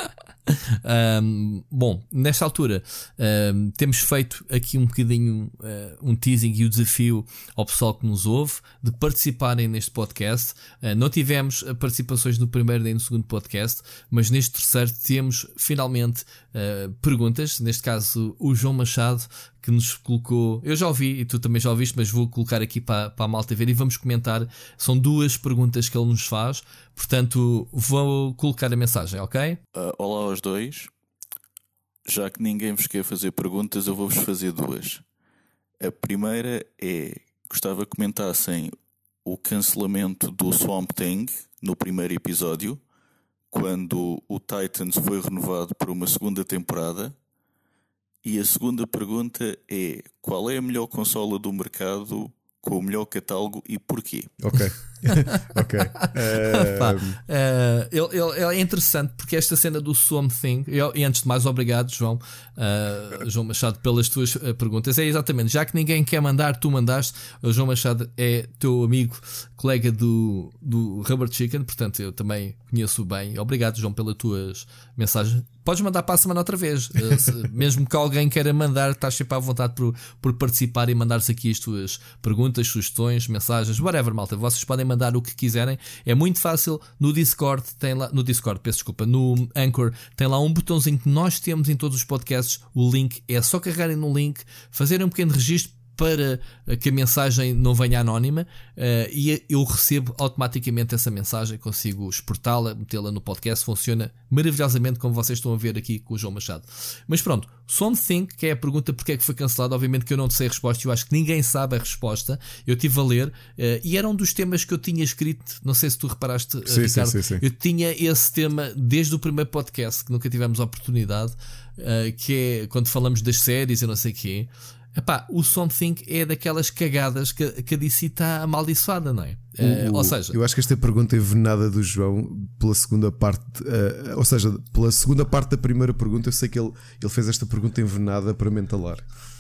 Um, bom, nesta altura um, temos feito aqui um bocadinho uh, um teasing e o desafio ao pessoal que nos ouve de participarem neste podcast. Uh, não tivemos participações no primeiro nem no segundo podcast, mas neste terceiro temos finalmente uh, perguntas. Neste caso, o João Machado, que nos colocou, eu já ouvi e tu também já ouviste, mas vou colocar aqui para, para a malta ver e vamos comentar. São duas perguntas que ele nos faz, portanto vou colocar a mensagem, ok? Uh, olá aos dois. Já que ninguém vos quer fazer perguntas, eu vou-vos fazer duas. A primeira é, gostava que comentassem o cancelamento do Swamp Thing no primeiro episódio, quando o Titans foi renovado por uma segunda temporada. E a segunda pergunta é: qual é a melhor consola do mercado com o melhor catálogo e porquê? Ok, Ok. Uh... Pá, uh, ele, ele, ele é interessante porque esta cena do Swamp Thing, eu, e antes de mais, obrigado, João, uh, João Machado, pelas tuas uh, perguntas. É exatamente, já que ninguém quer mandar, tu mandaste. O João Machado é teu amigo, colega do, do Rubber Chicken, portanto eu também conheço bem. Obrigado, João, pelas tuas mensagens. Podes mandar para a semana outra vez, uh, se, mesmo que alguém queira mandar, estás sempre à vontade por, por participar e mandar-se aqui as tuas perguntas, sugestões, mensagens, whatever, malta. Vocês podem mandar o que quiserem, é muito fácil. No Discord, tem lá, no Discord, peço desculpa, no Anchor, tem lá um botãozinho que nós temos em todos os podcasts. O link é só carregarem no link, fazerem um pequeno registro para que a mensagem não venha anónima, uh, e eu recebo automaticamente essa mensagem, consigo exportá-la, metê-la no podcast. Funciona maravilhosamente, como vocês estão a ver aqui com o João Machado. Mas pronto, Swamp Thing, que é a pergunta porque é que foi cancelado. Obviamente que eu não sei a resposta, eu acho que ninguém sabe a resposta. Eu estive a ler, uh, e era um dos temas que eu tinha escrito. Não sei se tu reparaste, uh, sim, Ricardo, sim, sim, sim. Eu tinha esse tema desde o primeiro podcast, que nunca tivemos a oportunidade, uh, que é quando falamos das séries e não sei o quê. Epá, o Swamp Thing é daquelas cagadas que, que a D C está amaldiçoada, não é? O, uh, ou seja, eu acho que esta pergunta envenenada do João pela segunda parte, uh, ou seja, pela segunda parte da primeira pergunta, eu sei que ele, ele fez esta pergunta envenenada para mentalar.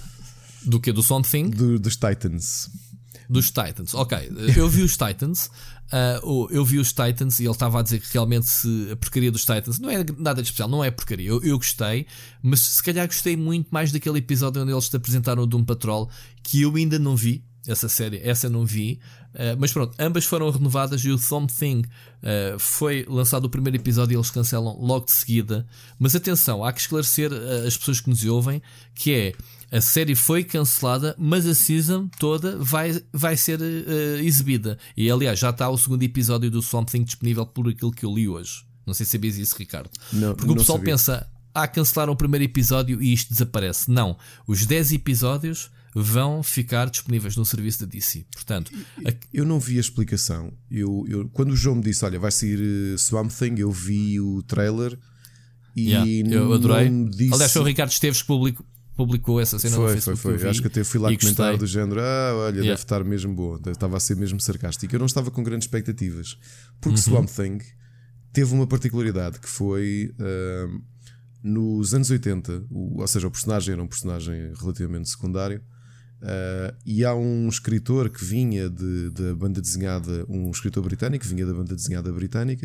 Do que? Do Swamp Thing? Do, dos Titans. Dos Titans, ok. Eu vi os Titans. Uh, eu vi os Titans e ele estava a dizer que realmente se a porcaria dos Titans não é nada de especial, não é porcaria. Eu, eu gostei, mas se calhar gostei muito mais daquele episódio onde eles te apresentaram o Doom Patrol, que eu ainda não vi. Essa série, essa não vi, uh, mas pronto, ambas foram renovadas. E o Swamp Thing uh, foi lançado o primeiro episódio e eles cancelam logo de seguida. Mas atenção, há que esclarecer uh, as pessoas que nos ouvem, que é: a série foi cancelada, mas a season toda vai, vai ser uh, exibida. E aliás, já está o segundo episódio do Swamp Thing disponível, por aquilo que eu li hoje. Não sei se sabias isso, Ricardo. Não, Porque o não pessoal sabia. pensa: ah, cancelaram o primeiro episódio e isto desaparece. Não, os dez episódios vão ficar disponíveis no serviço da D C. Portanto, a... eu não vi a explicação. Eu, eu, quando o João me disse: olha, vai sair uh, Swamp Thing, eu vi o trailer e yeah, eu adorei. Não me disse... Aliás, foi o Ricardo Esteves que publicou, publicou essa cena foi, no Facebook. Foi, foi. Acho que até fui lá comentar gostei. do género: ah, olha, yeah. deve estar mesmo boa. Estava a ser mesmo sarcástico. Eu não estava com grandes expectativas, porque uhum. Swamp Thing teve uma particularidade que foi uh, nos anos oitenta, o, ou seja, o personagem era um personagem relativamente secundário. Uh, e há um escritor que vinha de, da banda desenhada, um escritor britânico que vinha da banda desenhada britânica,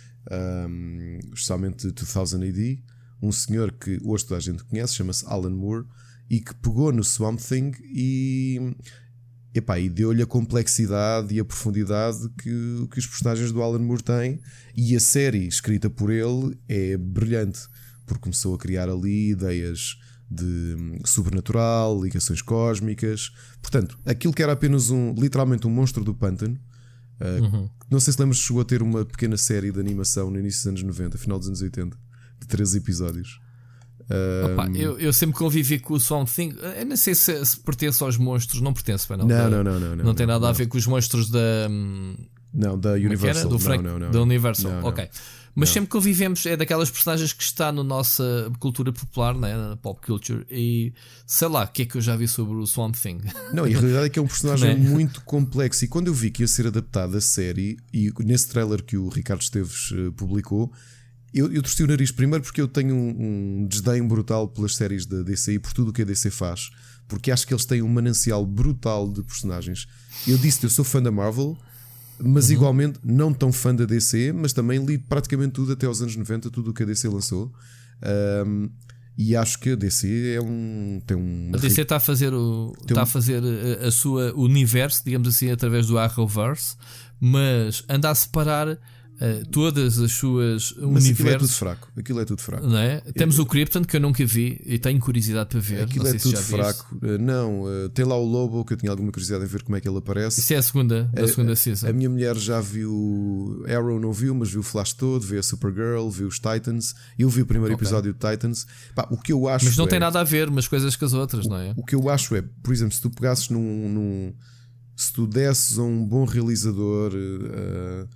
um, especialmente dois mil A D, um senhor que hoje toda a gente conhece, chama-se Alan Moore, e que pegou no Swamp Thing e, epá, e deu-lhe a complexidade e a profundidade que, que os personagens do Alan Moore têm. E a série escrita por ele é brilhante, porque começou a criar ali ideias de sobrenatural, ligações cósmicas. Portanto, aquilo que era apenas um, literalmente um monstro do pântano, uh, uhum. não sei se lembras, chegou a ter uma pequena série de animação no início dos anos noventa, final dos anos oitenta, de treze episódios. Uh, Opa, eu, eu sempre convivi com o Swamp Thing. Eu não sei se, se pertence aos monstros. Não pertence, não, não, da, não, não, não, não, não tem não, nada não. a ver com os monstros da Não, da Universal. Do Frank, não, não, não, da não. Universal. Não, não. Ok. Mas Não. sempre convivemos, é daquelas personagens que está na nossa cultura popular, né? Na pop culture. E sei lá, o que é que eu já vi sobre o Swamp Thing? Não, e a realidade é que é um personagem Não é? muito complexo. E quando eu vi que ia ser adaptada a série, e nesse trailer que o Ricardo Esteves uh, publicou, eu, eu torci o nariz primeiro porque eu tenho um, um desdém brutal pelas séries da D C e por tudo o que a D C faz, porque acho que eles têm um manancial brutal de personagens. Eu disse que eu sou fã da Marvel, mas uhum. igualmente não tão fã da D C, mas também li praticamente tudo até aos anos noventa, tudo o que a D C lançou. Um, e acho que a D C é um tem um A D C está a fazer o está um... a fazer a, a sua universo, digamos assim, através do Arrowverse, mas anda a separar Uh, todas as suas mas universos. Aquilo é tudo fraco. Aquilo é tudo fraco. Não é? Temos o Krypton, que eu nunca vi e tenho curiosidade para ver. Aquilo não é sei tudo se já fraco. Uh, não, uh, tem lá o Lobo, que eu tinha alguma curiosidade em ver como é que ele aparece. Isso é a segunda, da a, segunda season. A minha mulher já viu Arrow, não viu, mas viu o Flash todo, viu a Supergirl, viu os Titans. Eu vi o primeiro okay. episódio de Titans. Pá, o que eu acho mas não é, tem nada a ver umas coisas com as outras, o, não é? O que eu acho é, por exemplo, se tu pegasses num, num se tu desses a um bom realizador, uh,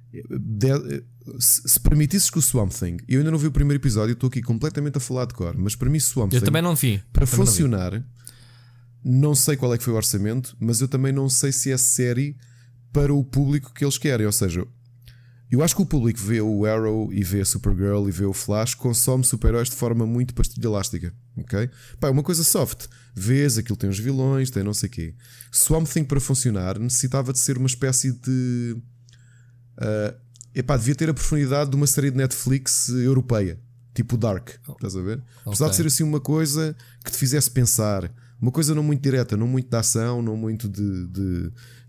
de, se, se permitisses que o Swamp Thing, eu ainda não vi o primeiro episódio, estou aqui completamente a falar de cor, mas para mim Swamp eu Thing, também não vi. para também funcionar, não, não sei qual é que foi o orçamento, mas eu também não sei se é série para o público que eles querem. Ou seja, eu acho que o público vê o Arrow e vê a Supergirl e vê o Flash, consome super-heróis de forma muito pastilha elástica. Ok? Pá, é uma coisa soft. Vês, aquilo tem uns vilões, tem não sei o quê. Swamp Thing, para funcionar, necessitava de ser uma espécie de. Uh, epá, devia ter a profundidade de uma série de Netflix europeia, tipo Dark. Estás a ver? Okay. Precisava de ser assim uma coisa que te fizesse pensar. Uma coisa não muito direta, não muito de ação, não muito de. de,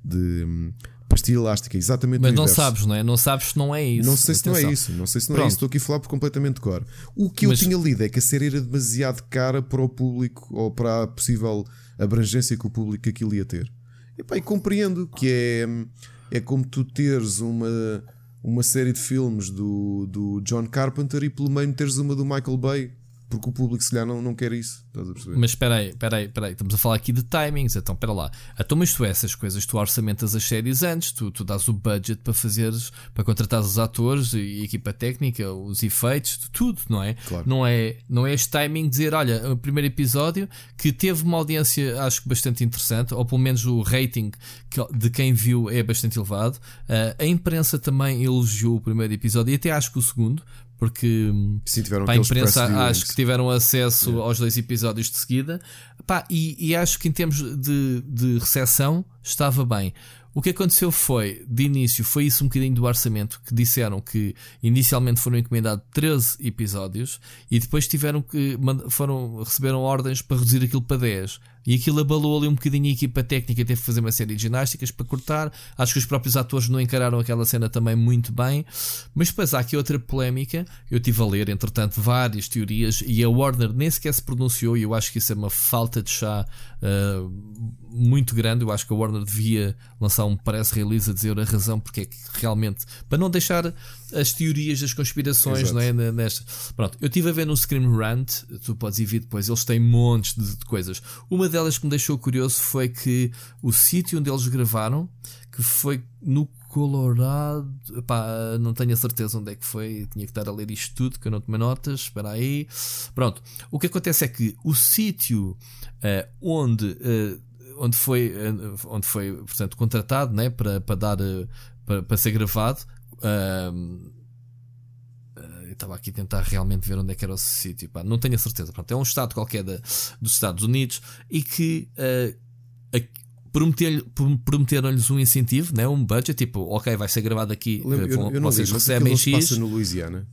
de pastilha elástica, exatamente. Mas não sabes, não é? Não sabes se não é isso. Não sei se Atenção. não é isso. Não sei se não Pronto. é isso. Estou aqui a falar por completamente de cor. O que Mas... eu tinha lido é que a série era demasiado cara para o público ou para a possível abrangência que o público aquilo ia ter. E, pá, e compreendo que é, é como tu teres uma, uma série de filmes do, do John Carpenter e pelo meio teres uma do Michael Bay. Porque o público se calhar não, não quer isso. Estás a perceber? Mas espera aí, espera aí, espera aí. Estamos a falar aqui de timings. Então espera lá. Então, mas tu essas coisas, tu orçamentas as séries antes. Tu, tu dás o budget para fazeres, para contratar os atores e a equipa técnica, os efeitos, tudo, não é? Claro. Não é, não é este timing de dizer, olha, o primeiro episódio que teve uma audiência acho que bastante interessante, ou pelo menos o rating de quem viu é bastante elevado. Uh, a imprensa também elogiou o primeiro episódio e até acho que o segundo. Porque Sim, tiveram para a imprensa acho que tiveram acesso yeah. aos dois episódios de seguida. Pá, e, e acho que em termos de, de recepção estava bem. O que aconteceu foi, de início, foi isso um bocadinho do orçamento, que disseram que inicialmente foram encomendados treze episódios e depois tiveram que foram, receberam ordens para reduzir aquilo para dez. E aquilo abalou ali um bocadinho a equipa técnica, teve que fazer uma série de ginásticas para cortar. Acho que os próprios atores não encararam aquela cena também muito bem. Mas depois há aqui outra polémica. Eu estive a ler, entretanto, várias teorias e a Warner nem sequer se pronunciou. E eu acho que isso é uma falta de chá uh, muito grande. Eu acho que a Warner devia lançar um press release a dizer a razão porque é que realmente, para não deixar as teorias das conspirações, não é, nesta. Pronto, eu estive a ver no Scream Rant, tu podes ir ver depois, eles têm montes de, de coisas. Uma delas que me deixou curioso foi que o sítio onde eles gravaram, que foi no Colorado, pá, não tenho a certeza onde é que foi, tinha que estar a ler isto tudo, que eu não tomei notas, espera aí. Pronto, o que acontece é que o sítio uh, onde, uh, onde foi, uh, onde foi portanto, contratado, né, para, para, dar, uh, para, para ser gravado, uh, eu estava aqui a tentar realmente ver onde é que era o sítio, pá, não tenho a certeza. Pronto, é um estado qualquer da, dos Estados Unidos e que uh, a, prometeram-lhes um incentivo, né? Um budget, tipo, ok, vai ser gravado aqui. Lembra, vão, eu, eu não vocês vi, recebem mas X. passa no Louisiana.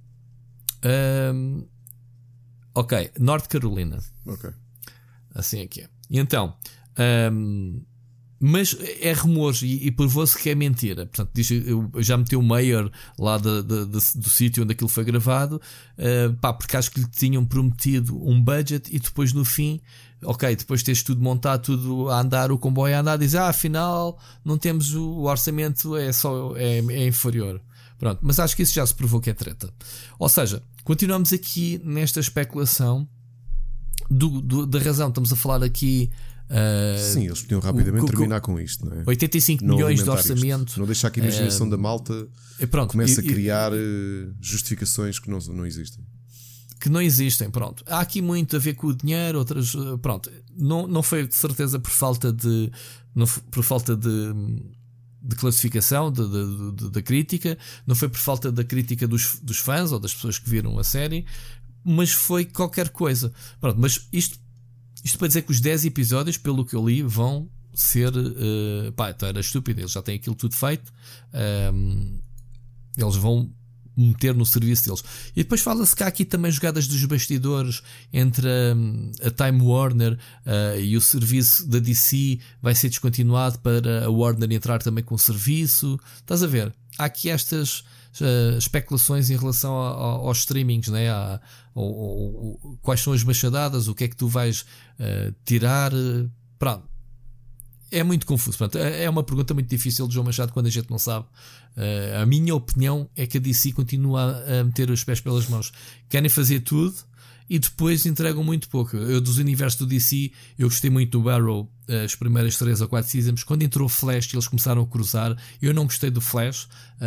Um, ok, North Carolina. Ok. Assim é que é. E então, um, mas é rumores e, e provou-se que é mentira. Portanto, diz, eu já meteu o mayor lá de, de, de, do sítio onde aquilo foi gravado, uh, pá, porque acho que lhe tinham prometido um budget e depois no fim, ok, depois de teres tudo montado, tudo a andar, o comboio a andar, diz, ah, afinal não temos o, o orçamento, é só é, é inferior. Pronto, mas acho que isso já se provou que é treta. Ou seja, continuamos aqui nesta especulação do, do, da razão. Estamos a falar aqui. Uh, Sim, eles podiam rapidamente o, terminar com isto, não é? oitenta e cinco milhões de orçamento. Isto. Não deixar que a imaginação uh, da malta pronto, comece e, a criar e, justificações que não, não existem. Que não existem, pronto. Há aqui muito a ver com o dinheiro, outras. Pronto. Não, não foi de certeza por falta de. Não, por falta de. de classificação de, de, de, da crítica, não foi por falta da crítica dos, dos fãs ou das pessoas que viram a série, mas foi qualquer coisa. Pronto, mas isto, isto para dizer que os dez episódios, pelo que eu li, vão ser uh, pá, então era estúpido, eles já têm aquilo tudo feito, um, eles vão meter no serviço deles. E depois fala-se que há aqui também jogadas dos bastidores entre a, a Time Warner uh, e o serviço da D C vai ser descontinuado para a Warner entrar também com o serviço. Estás a ver? Há aqui estas uh, especulações em relação a, a, aos streamings, né? a, a, a, a, quais são as machadadas, o que é que tu vais uh, tirar. Pronto. É muito confuso. Pronto, é uma pergunta muito difícil de João Machado quando a gente não sabe. Uh, a minha opinião é que a D C continua a meter os pés pelas mãos. Querem fazer tudo e depois entregam muito pouco. Eu, dos universos do D C, eu gostei muito do Arrow as primeiras três ou quatro seasons. Quando entrou o Flash, eles começaram a cruzar. Eu não gostei do Flash,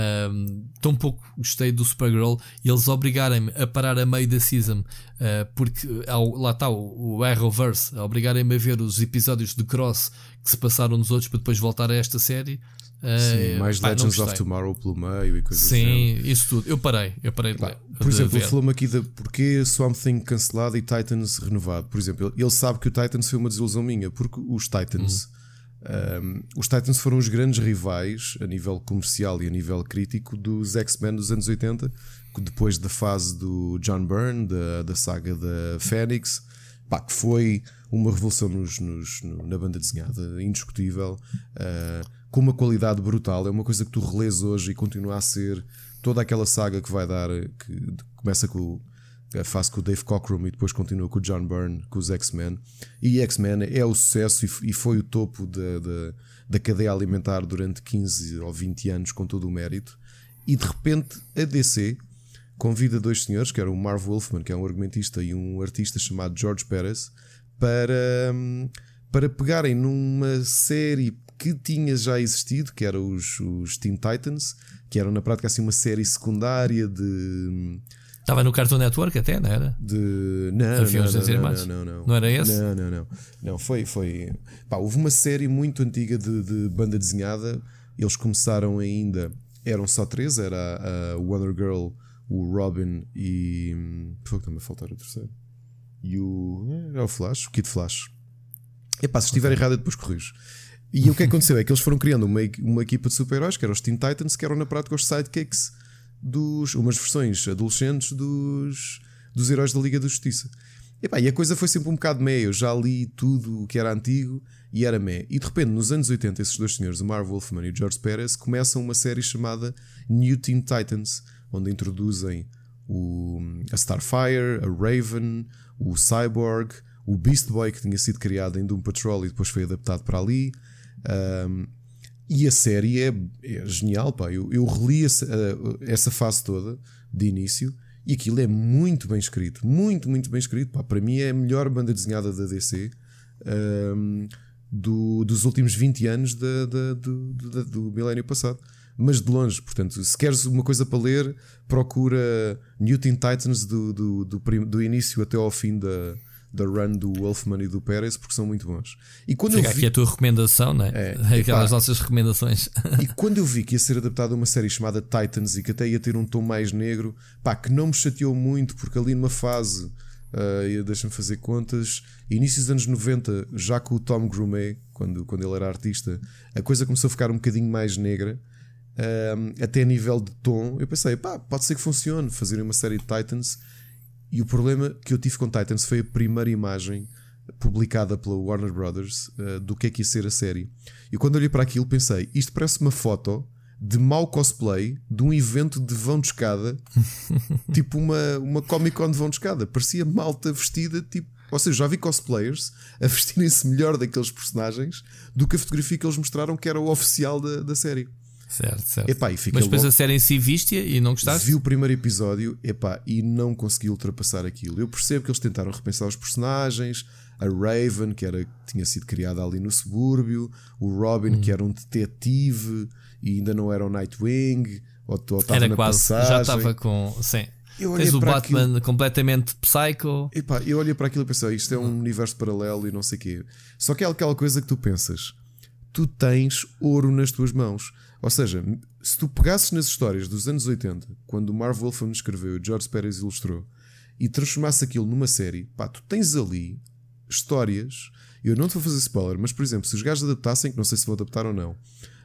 um, tão pouco gostei do Supergirl. E eles obrigarem-me a parar a meio da season, uh, porque ao, lá está o, o Arrowverse, a obrigarem-me a ver os episódios de Cross que se passaram nos outros para depois voltar a esta série. Sim, uh, mais pá, Legends of Tomorrow pelo meio e coisas assim. Sim, isso tudo. Eu parei, eu parei de, Pá, de por exemplo, ver. falou-me aqui de porquê Swamp Thing cancelado e Titans renovado. Por exemplo, ele sabe que o Titans foi uma desilusão minha, porque os Titans, uhum. um, os Titans foram os grandes rivais a nível comercial e a nível crítico dos X-Men dos anos oitenta, depois da fase do John Byrne, da, da saga da Phoenix, pá, que foi uma revolução nos, nos, no, na banda desenhada, indiscutível, uh, com uma qualidade brutal. É uma coisa que tu relês hoje e continua a ser toda aquela saga que vai dar, que começa com a fase com o Dave Cockrum e depois continua com o John Byrne, com os X-Men. E X-Men é o sucesso e foi o topo da, da, da cadeia alimentar durante quinze ou vinte anos, com todo o mérito. E de repente a D C convida dois senhores, que eram o Marv Wolfman, que é um argumentista, e um artista chamado George Perez, para, para pegarem numa série que tinha já existido, que era os, os Teen Titans, que eram na prática assim uma série secundária de... Estava no Cartoon Network até, não era? De... Não, não, não, não, não, não. Não era esse? Não, não, não. Não, foi... foi... Pá, houve uma série muito antiga de, de banda desenhada. Eles começaram ainda... Eram só três. Era a, a Wonder Girl, o Robin e... Foi que também a faltar o terceiro. E o... É o Flash, o Kid Flash. Epá, se estiver okay. errado depois corrijo. E o que aconteceu é que eles foram criando uma, uma equipa de super-heróis, que eram os Teen Titans, que eram na prática os sidekicks dos, umas versões adolescentes dos, dos heróis da Liga da Justiça. E, pá, e a coisa foi sempre um bocado meio. Eu já li tudo o que era antigo e era meio. E de repente, nos anos oitenta, esses dois senhores, o Marv Wolfman e o George Perez, começam uma série chamada New Teen Titans, onde introduzem o, a Starfire, a Raven, o Cyborg, o Beast Boy, que tinha sido criado em Doom Patrol e depois foi adaptado para ali. Um, e a série é, é genial, pá. Eu, eu reli essa, uh, essa fase toda de início e aquilo é muito bem escrito, muito, muito bem escrito, pá. Para mim é a melhor banda desenhada da D C um, do, dos últimos vinte anos da, da, do, do, do milénio passado, mas de longe. Portanto, se queres uma coisa para ler, procura New Teen Titans do, do, do, do, do início até ao fim da da run do Wolfman e do Perez, porque são muito bons. E quando Fica eu vi... aqui a tua recomendação, não é? é Aquelas pá, nossas recomendações. E quando eu vi que ia ser adaptada a uma série chamada Titans e que até ia ter um tom mais negro, pá, que não me chateou muito, porque ali numa fase, uh, deixa-me fazer contas, início dos anos noventa, já com o Tom Grumet, quando, quando ele era artista, a coisa começou a ficar um bocadinho mais negra, uh, até a nível de tom. Eu pensei, pá, pode ser que funcione fazerem uma série de Titans. E o problema que eu tive com Titans foi a primeira imagem publicada pela Warner Brothers uh, do que é que ia ser a série. E quando olhei para aquilo pensei, isto parece uma foto de mau cosplay de um evento de vão de escada, tipo uma, uma Comic Con de vão de escada. Parecia malta vestida, tipo, ou seja, já vi cosplayers a vestirem-se melhor daqueles personagens do que a fotografia que eles mostraram, que era o oficial da, da série. Certo, certo. Epá, mas depois logo... a série em si viste e não gostaste? Vi o primeiro episódio, epá, e não consegui ultrapassar aquilo. Eu percebo que eles tentaram repensar os personagens, a Raven, que era, tinha sido criada ali no subúrbio, o Robin, hum. que era um detetive e ainda não era o Nightwing, ou, ou estava na quase, passagem. Já estava com... Sim. Tens o Batman aquilo... completamente psycho. Epá, eu olhei para aquilo e pensei, isto é um hum. universo paralelo e não sei o quê. Só que é aquela coisa que tu pensas, tu tens ouro nas tuas mãos. Ou seja, se tu pegasses nas histórias dos anos oitenta, quando o Marv Wolfman escreveu e o George Perez ilustrou, e transformasse aquilo numa série, pá, tu tens ali histórias. Eu não te vou fazer spoiler, mas por exemplo, se os gajos adaptassem, que não sei se vão adaptar ou não,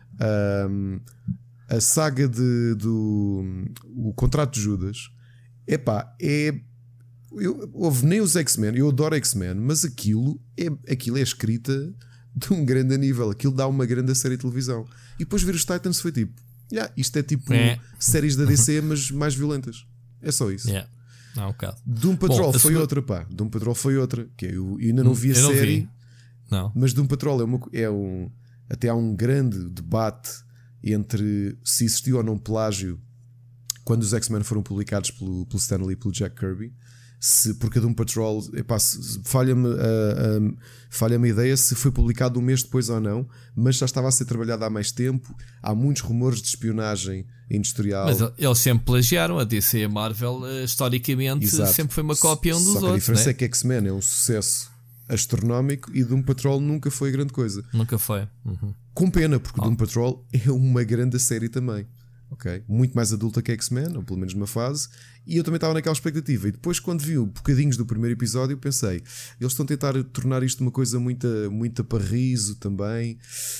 um, a saga de, do o Contrato de Judas, epá, é. Eu, houve nem os X-Men, eu adoro X-Men, mas aquilo é, aquilo é escrita de um grande nível, aquilo dá uma grande série de televisão. E depois ver os Titans foi tipo, yeah, isto é tipo é. séries da D C, mas mais violentas. É só isso. Yeah. Não, um bocado. Doom Patrol Bom, foi segunda... outra, pá. Doom Patrol foi outra. Que eu ainda não vi a eu série. Não vi. Não. Mas Doom Patrol é, uma, é um. Até há um grande debate entre se existiu ou não plágio quando os X-Men foram publicados pelo, pelo Stan Lee e pelo Jack Kirby. se, porque a Doom Patrol, epá, se, falha-me, a, a, falha-me a ideia se foi publicado um mês depois ou não, mas já estava a ser trabalhado há mais tempo. Há muitos rumores de espionagem industrial. Mas eles sempre plagiaram a D C e a Marvel, historicamente. Exato. Sempre foi uma cópia um dos Só que outros. A diferença né? é que X-Men é um sucesso astronómico e Doom Patrol nunca foi grande coisa. Nunca foi. Uhum. Com pena, porque oh. Doom Patrol é uma grande série também. Okay? Muito mais adulta que X-Men, ou pelo menos numa fase, e eu também estava naquela expectativa. E depois, quando vi bocadinhos do primeiro episódio, pensei: eles estão a tentar tornar isto uma coisa muito, muito para riso também.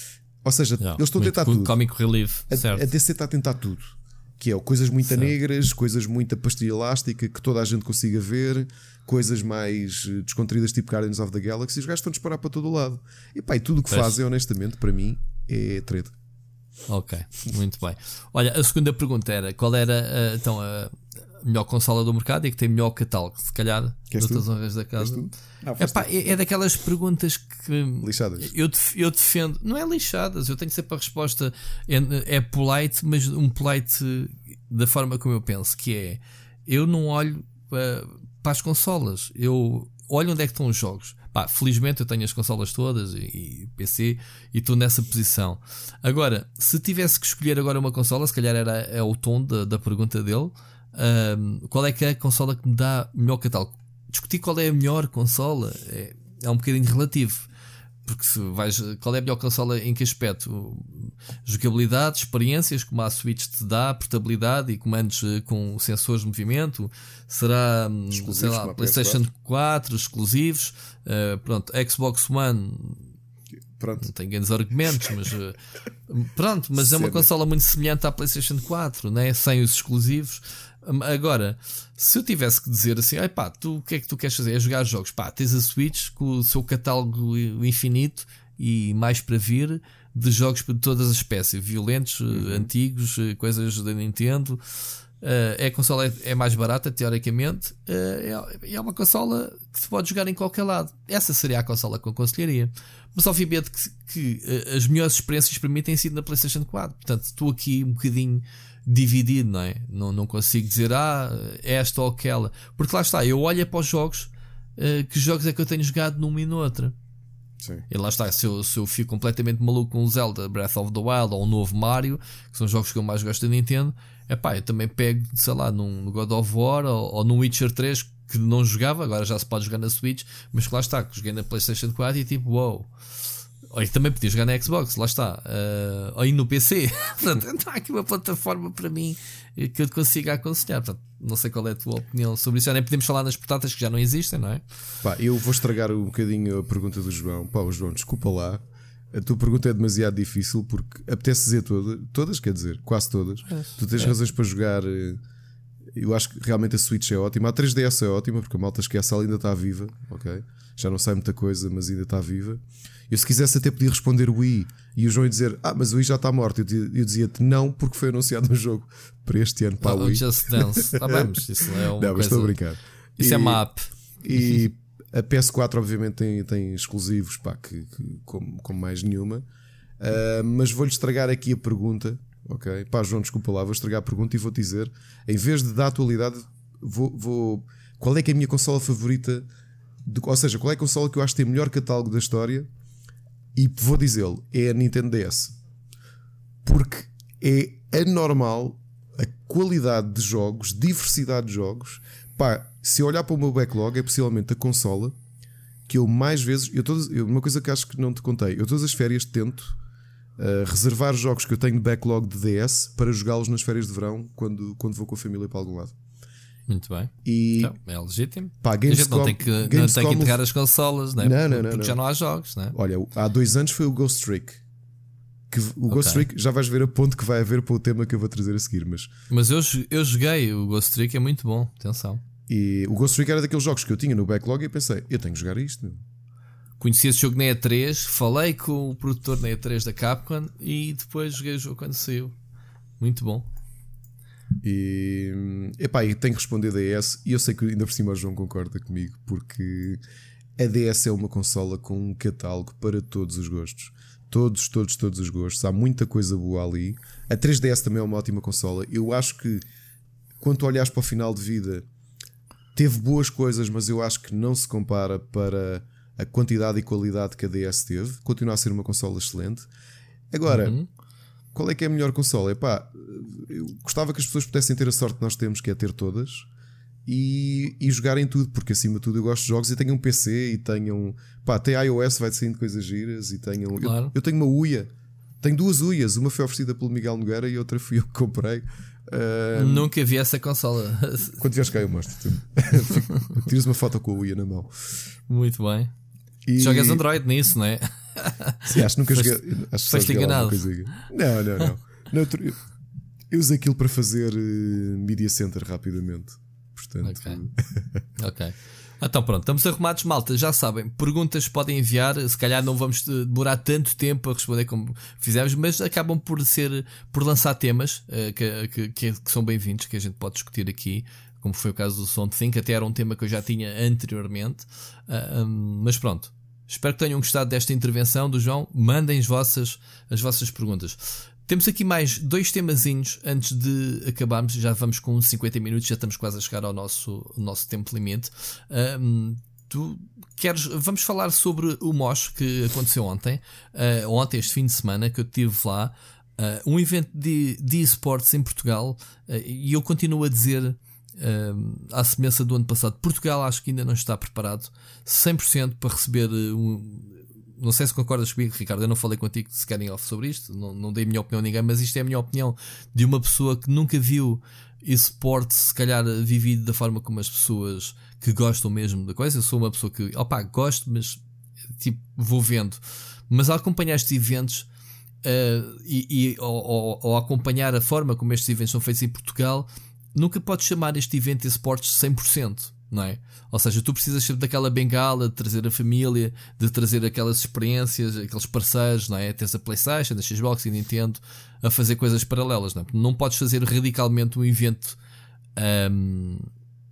Ou seja, yeah, eles estão a tentar tudo. Comic relief, a, certo. a D C está a tentar tudo, que é coisas muito certo. negras, coisas muito a pastilha elástica que toda a gente consiga ver, coisas mais descontraídas, tipo Guardians of the Galaxy. Os gajos estão a disparar para todo o lado. E pá, e tudo o que fazem, honestamente, para mim, é treta. Ok, muito bem. Olha, a segunda pergunta era: qual era uh, então a melhor consola do mercado e que tem melhor catálogo? Se calhar, de outras honras da casa. Não, Epá, é, é daquelas perguntas que lixadas. Eu, def, eu defendo, não é lixadas, eu tenho sempre a resposta. É, é polite, mas um polite da forma como eu penso, que é: eu não olho uh, para as consolas, eu olho onde é que estão os jogos. Pá, felizmente eu tenho as consolas todas e, e P C e estou nessa posição. Agora, se tivesse que escolher agora uma consola, se calhar era é o tom da, da pergunta dele. Um, qual é que é a consola que me dá melhor catálogo? Discutir qual é a melhor consola é, é um bocadinho relativo. Porque se vais, qual é a melhor consola em que aspecto? Jogabilidade, experiências como a Switch te dá, portabilidade e comandos com sensores de movimento. Será, sei lá, PlayStation quatro, exclusivos. Uh, pronto, Xbox One. Pronto. Não tem grandes argumentos, mas uh, pronto, mas Sempre. é uma consola muito semelhante à PlayStation quatro, né? Sem os exclusivos. Agora, se eu tivesse que dizer assim: ai pá, tu o que é que tu queres fazer? É jogar jogos. Pá, tens a Switch com o seu catálogo infinito e mais para vir de jogos de todas as espécies, violentos, uhum. antigos, coisas da Nintendo. Uh, é a consola é, é mais barata, teoricamente. Uh, é, é uma consola que se pode jogar em qualquer lado. Essa seria a consola que eu aconselharia. Mas obviamente que, que uh, as melhores experiências para mim têm sido na PlayStation quatro. Portanto, estou aqui um bocadinho dividido, não é? Não, não consigo dizer ah, esta ou aquela, porque lá está, eu olho para os jogos, uh, que jogos é que eu tenho jogado numa e noutra. Sim. E lá está, se eu, se eu fico completamente maluco com o Zelda Breath of the Wild ou um novo Mario, que são jogos que eu mais gosto da Nintendo, é pá, eu também pego, sei lá, num God of War ou, ou num Witcher três que não jogava, agora já se pode jogar na Switch, mas que lá está, que joguei na PlayStation quatro e tipo, wow. Ou também podia jogar na Xbox, lá está. Uh, ou aí no P C. Portanto, está aqui uma plataforma para mim que eu te consiga aconselhar. Portanto, não sei qual é a tua opinião sobre isso. Já nem podemos falar nas portáteis que já não existem, não é? Pá, eu vou estragar um bocadinho a pergunta do João. Pá, o João, desculpa lá. A tua pergunta é demasiado difícil porque apetece dizer todas, todas quer dizer, quase todas. É, tu tens é. razões para jogar. Eu acho que realmente a Switch é ótima. A três D S é ótima porque a malta esquece, ela ainda está viva, ok? Já não sai muita coisa, mas ainda está viva. Eu, se quisesse, até podia responder o Wii e o João ia dizer: ah, mas o Wii já está morto. Eu, eu dizia-te não, porque foi anunciado um jogo para este ano para oh, o Wii. Just Dance, ah, vamos, isso é uma não, coisa... mas estou a brincar. Isso e, é uma app. E a P S quatro, obviamente, tem, tem exclusivos, pá, que, que, como, como mais nenhuma. Uh, mas vou-lhe estragar aqui a pergunta, ok? Pá, João, desculpa lá, vou estragar a pergunta e vou dizer: em vez de da atualidade, vou, vou, qual é que é a minha consola favorita? De, ou seja, qual é a consola que eu acho que tem o melhor catálogo da história? E vou dizê-lo, é a Nintendo D S. Porque é anormal a qualidade de jogos, diversidade de jogos. Pá, se eu olhar para o meu backlog, é possivelmente a consola que eu mais vezes. Eu todas, eu, uma coisa que acho que não te contei, eu todas as férias tento uh, reservar jogos que eu tenho de backlog de D S para jogá-los nas férias de verão quando, quando vou com a família para algum lado. Muito bem. E, então, é legítimo. Pá, Gamescom, não tem que, não tem que entregar as consolas, né? não, porque, não, não, porque não. já não há jogos, né? Olha, há dois anos foi o Ghost Trick. Que o okay. Ghost Trick já vais ver a ponto que vai haver para o tema que eu vou trazer a seguir. Mas, mas eu, eu joguei o Ghost Trick, é muito bom. Atenção. E o Ghost Trick era daqueles jogos que eu tinha no backlog e pensei: eu tenho que jogar isto. Meu. Conheci esse jogo na E três, falei com o produtor na E três da Capcom e depois joguei o jogo quando saiu. Muito bom. E, epá, e tenho que responder D S. E eu sei que ainda por cima o João concorda comigo, porque a D S é uma consola com um catálogo para todos os gostos. Todos, todos, todos os gostos. Há muita coisa boa ali. A três D S também é uma ótima consola. Eu acho que quando olhares para o final de vida, teve boas coisas, mas eu acho que não se compara para a quantidade e qualidade que a D S teve. Continua a ser uma consola excelente. Agora, uhum. qual é que é a melhor consola? Epá, eu gostava que as pessoas pudessem ter a sorte que nós temos, que é ter todas e, e jogarem tudo, porque acima de tudo eu gosto de jogos e tenho um P C e tenho um, pá, tem iOS, vai saindo coisas giras e tenho, claro. eu, eu tenho uma Uia, tenho duas Uias, uma foi oferecida pelo Miguel Nogueira e outra fui eu que comprei. Uh, Nunca vi essa consola. Quando vieres cá eu mostro. Tiras uma foto com a Uia na mão. Muito bem. E... Jogas Android nisso, não é? Sim, acho que nunca joguei. Acho que foste enganado. Não, não, não. não eu, eu uso aquilo para fazer uh, media center rapidamente. Portanto. Ok. Ok. Então pronto, estamos arrumados, malta. Já sabem, perguntas podem enviar. Se calhar não vamos demorar tanto tempo a responder como fizemos, mas acabam por ser, por lançar temas uh, que, que, que, que são bem-vindos, que a gente pode discutir aqui. Como foi o caso do Something, até era um tema que eu já tinha anteriormente. Uh, um, mas pronto. Espero que tenham gostado desta intervenção do João. Mandem as vossas, as vossas perguntas. Temos aqui mais dois temazinhos antes de acabarmos. Já vamos com cinquenta minutos, já estamos quase a chegar ao nosso, nosso tempo limite. Um, tu queres, vamos falar sobre o Mosh que aconteceu ontem. Uh, ontem, este fim de semana, que eu estive lá. Uh, um evento de, de esportes em Portugal. Uh, e eu continuo a dizer... Uh, à semelhança do ano passado, Portugal acho que ainda não está preparado cem por cento para receber um, não sei se concordas comigo, Ricardo, eu não falei contigo se querem off sobre isto, não, não dei a minha opinião a ninguém, mas isto é a minha opinião de uma pessoa que nunca viu esporte se calhar vivido da forma como as pessoas que gostam mesmo da coisa. Eu sou uma pessoa que, opá, gosto, mas tipo, vou vendo, mas ao acompanhar estes eventos uh, e, e ao, ao, ao acompanhar a forma como estes eventos são feitos em Portugal, nunca podes chamar este evento de esportes cem por cento, não é? Ou seja, tu precisas sempre daquela bengala, de trazer a família, de trazer aquelas experiências, aqueles parceiros, não é? Tens a PlayStation, a Xbox e a Nintendo a fazer coisas paralelas, não é? Não podes fazer radicalmente um evento, um,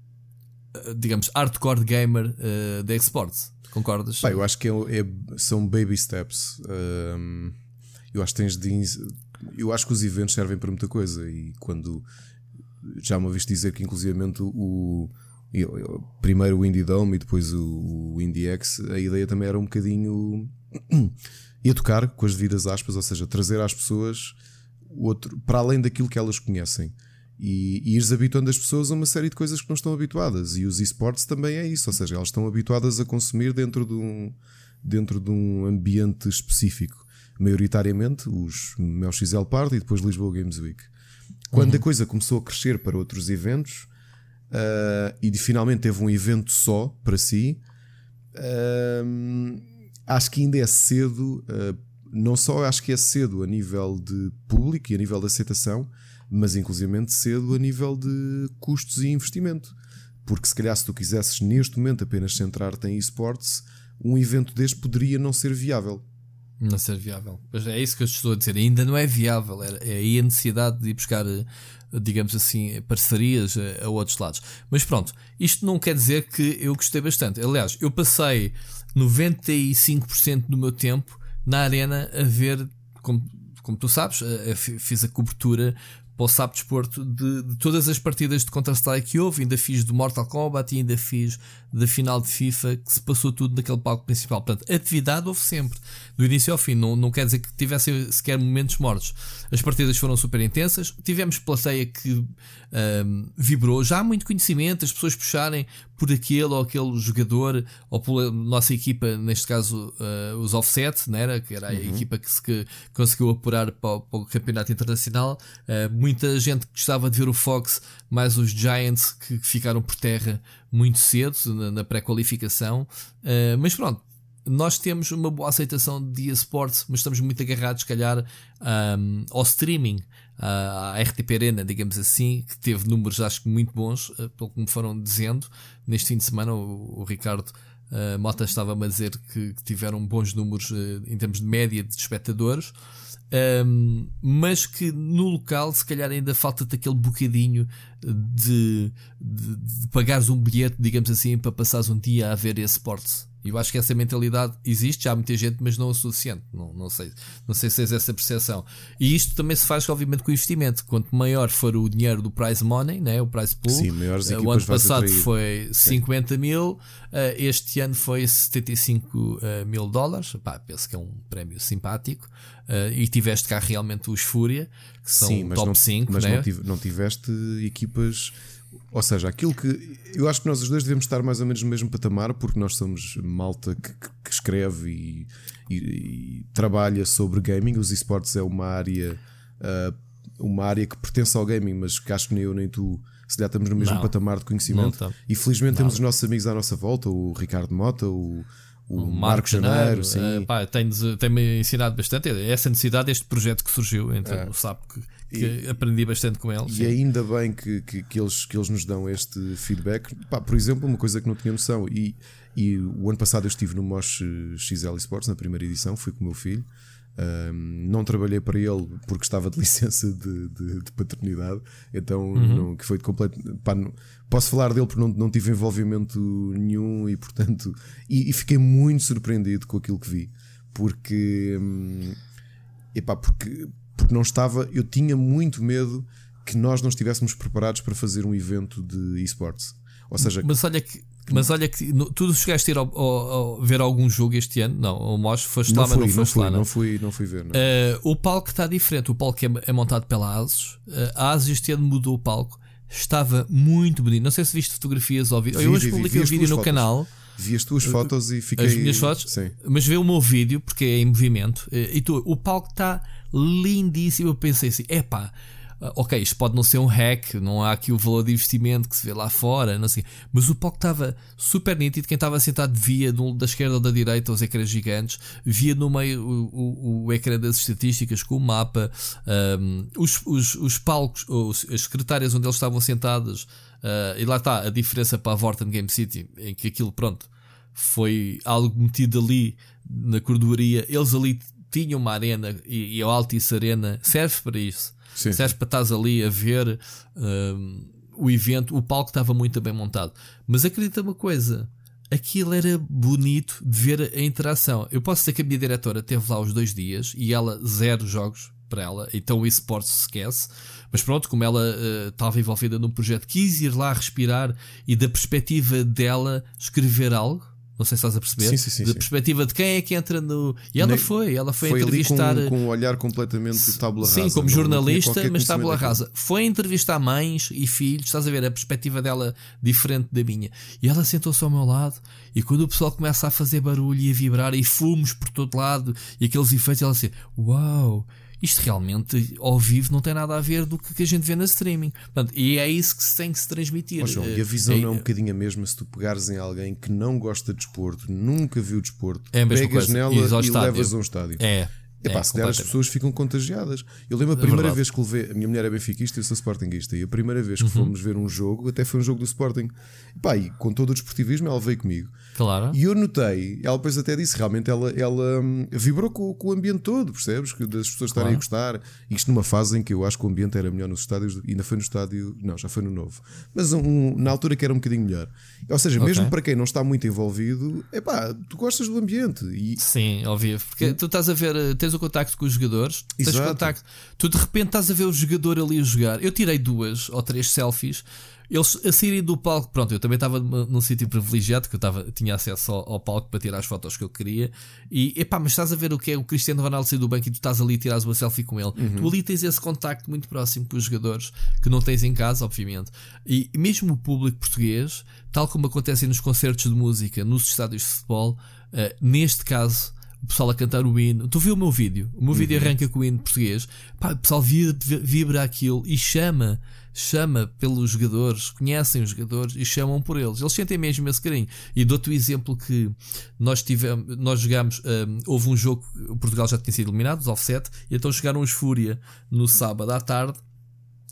digamos, hardcore gamer uh, de esportes. Concordas? Pá, eu acho que é, é, são baby steps. Um, eu acho que tens de, eu acho que os eventos servem para muita coisa e quando já me ouviste dizer que inclusivamente o, o primeiro o Indie Dome e depois o, o Indie X, a ideia também era um bocadinho ia tocar com as devidas aspas, ou seja, trazer às pessoas outro, para além daquilo que elas conhecem e, e ires habituando as pessoas a uma série de coisas que não estão habituadas, e os esportes também é isso, ou seja, elas estão habituadas a consumir dentro de um, dentro de um ambiente específico, maioritariamente os Mel X L Party e depois Lisboa Games Week. Quando uhum. a coisa começou a crescer para outros eventos uh, e de, finalmente teve um evento só para si, uh, acho que ainda é cedo, uh, não só acho que é cedo a nível de público e a nível de aceitação, mas inclusivamente cedo a nível de custos e investimento. Porque se calhar se tu quisesses neste momento apenas centrar-te em esportes, um evento deste poderia não ser viável. Não ser viável. Mas é isso que eu estou a dizer. Ainda não é viável. É aí a necessidade de ir buscar, digamos assim, parcerias a, a outros lados. Mas pronto, isto não quer dizer que eu gostei bastante. Aliás, eu passei noventa e cinco por cento do meu tempo na arena a ver, como, como tu sabes, a, a, fiz a cobertura para o Sábado Desporto de, de todas as partidas de Counter-Strike que houve. Ainda fiz do Mortal Kombat e ainda fiz da final de FIFA, que se passou tudo naquele palco principal. Portanto, atividade houve sempre, do início ao fim. Não, não quer dizer que tivessem sequer momentos mortos. As partidas foram super intensas. Tivemos plateia que um, vibrou. Já há muito conhecimento, as pessoas puxarem por aquele ou aquele jogador, ou pela nossa equipa, neste caso uh, os Offset, não era? Que era a uhum. equipa que, se, que conseguiu apurar para o, para o campeonato internacional. Uh, muita gente que gostava de ver o Fox, mais os Giants que ficaram por terra muito cedo na, na pré-qualificação. Uh, mas pronto, nós temos uma boa aceitação de esportes, mas estamos muito agarrados, se calhar, um, ao streaming, à R T P Arena, digamos assim, que teve números, acho que muito bons, uh, pelo que me foram dizendo. Neste fim de semana, o, o Ricardo uh, Mota estava-me a dizer que, que tiveram bons números uh, em termos de média de espectadores. Um, mas que no local se calhar ainda falta-te aquele bocadinho de, de, de pagares um bilhete, digamos assim, para passares um dia a ver esse esporte. E eu acho que essa mentalidade existe, já há muita gente, mas não o suficiente. Não, não, sei, não sei se é essa percepção. E isto também se faz, obviamente, com o investimento. Quanto maior for o dinheiro do prize money, né, o prize pool, sim, maiores uh, o ano passado foi cinquenta mil, uh, este ano foi setenta e cinco mil dólares. Pá, penso que é um prémio simpático. Uh, e tiveste cá realmente os Fúria, que são sim, mas top não, cinco, mas né? não tiveste equipas. Ou seja, aquilo que eu acho que nós os dois devemos estar mais ou menos no mesmo patamar, porque nós somos malta que, que escreve e, e, e trabalha sobre gaming. Os esportes é uma área, uh, uma área que pertence ao gaming, mas que acho que nem eu nem tu se já estamos no mesmo não, patamar de conhecimento. Não, e felizmente não. temos os nossos amigos à nossa volta, o Ricardo Mota, o, o, o Marco Janeiro, Janeiro, uh, pá, tem-me tem ensinado bastante. Essa necessidade deste projeto que surgiu, então é. sabe que, que e, aprendi bastante com ele. E sim. ainda bem que, que, que, eles, que eles nos dão este feedback. Pá, por exemplo, uma coisa que não tinha noção, e, e o ano passado eu estive no Mosh X L Sports, na primeira edição, fui com o meu filho. Um, não trabalhei para ele porque estava de licença de, de, de paternidade, então uhum. não, que foi de completo. Pá, não, posso falar dele porque não, não tive envolvimento nenhum e portanto e, e fiquei muito surpreendido com aquilo que vi, porque, hum, epá, porque porque não estava, eu tinha muito medo que nós não estivéssemos preparados para fazer um evento de esportes. Ou seja, mas olha que Mas olha que no, tu chegaste a ir ao, ao, ao, ver algum jogo este ano? Não, o Mosh foste não lá, fui, mas não foste não fui, lá. Não, não fui, não fui ver. Não. Uh, o palco está diferente. O palco é, é montado pela Asus. Uh, a Asus este ano mudou o palco. Estava muito bonito. Não sei se viste fotografias ou vídeo. Eu hoje publiquei o um vídeo no fotos. canal. Vi as tuas fotos e fiquei. As minhas fotos, sim. Mas vê o meu vídeo porque é em movimento. E tu, o palco está lindíssimo. Eu pensei assim: epá, ok, isto pode não ser um hack, não há aqui o valor de investimento que se vê lá fora, não sei. Mas o palco estava super nítido. Quem estava sentado via do, da esquerda ou da direita os ecrãs gigantes, via no meio o, o, o ecrã das estatísticas com o mapa, um, os, os, os palcos, os, as secretárias onde eles estavam sentados. Uh, e lá está a diferença para a Vorten Game City, em que aquilo, pronto, foi algo metido ali na cordoaria. Eles ali tinham uma arena e, e a Altice Arena serve para isso. Sim. Serve para estás ali a ver um, o evento. O palco estava muito bem montado. Mas acredita uma coisa, aquilo era bonito de ver a interação. Eu posso dizer que a minha diretora esteve lá os dois dias e ela zero jogos para ela, então o eSports se esquece. Mas pronto, como ela uh, estava envolvida num projeto, quis ir lá respirar e da perspectiva dela escrever algo. Não sei se estás a perceber. Sim, sim, sim, da sim. perspectiva de quem é que entra no. E ela Nem, foi, ela foi, foi entrevistar. Ali com, com um olhar completamente tábula rasa. Sim, como jornalista, mas tábula daquilo. rasa. Foi entrevistar mães e filhos, estás a ver a perspectiva dela diferente da minha. E ela sentou-se ao meu lado. E quando o pessoal começa a fazer barulho e a vibrar e fumos por todo lado e aqueles efeitos, ela assim: uau! Isto realmente ao vivo não tem nada a ver do que a gente vê na streaming. Portanto, e é isso que se tem que se transmitir. Oh, João, e a visão é, não é um bocadinho a mesma se tu pegares em alguém que não gosta de desporto, nunca viu desporto, é a pegas coisa. nela e, e levas a um estádio. É. Epá, é, se der as pessoas ficam contagiadas. Eu lembro a primeira é vez que levei. A minha mulher é benfiquista e eu sou sportinguista. E a primeira vez que uhum. fomos ver um jogo, até foi um jogo do Sporting. Epá, e com todo o desportivismo, ela veio comigo. Claro. E eu notei, ela depois até disse, realmente ela, ela hum, vibrou com, com o ambiente todo, percebes? Que das pessoas estarem claro. a gostar. Isto numa fase em que eu acho que o ambiente era melhor nos estádios, ainda foi no estádio, não, já foi no novo. Mas um, na altura que era um bocadinho melhor. Ou seja, okay. mesmo para quem não está muito envolvido, epá, tu gostas do ambiente. E... Sim, óbvio. Porque tu estás a ver, tens o contacto com os jogadores, tens contacto, tu de repente estás a ver o jogador ali a jogar. Eu tirei duas ou três selfies. Eles a saírem do palco, pronto, eu também estava num sítio privilegiado, que eu estava, tinha acesso ao, ao palco para tirar as fotos que eu queria. E epá, mas estás a ver o que é o Cristiano Ronaldo sair do banco e tu estás ali a tirar uma selfie com ele. Uhum. Tu ali tens esse contacto muito próximo com os jogadores que não tens em casa, obviamente. E mesmo o público português, tal como acontece nos concertos de música, nos estádios de futebol, uh, neste caso, o pessoal a cantar o hino. Tu viu o meu vídeo? O meu uhum. vídeo arranca com o hino português. Pá, o pessoal vibra, vibra aquilo e chama. Chama pelos jogadores, conhecem os jogadores e chamam por eles. Eles sentem mesmo esse carinho. E dou-te o exemplo que nós tivemos, nós jogámos, um, houve um jogo, o Portugal já tinha sido eliminado, os offset, e então jogaram os Fúria no sábado à tarde.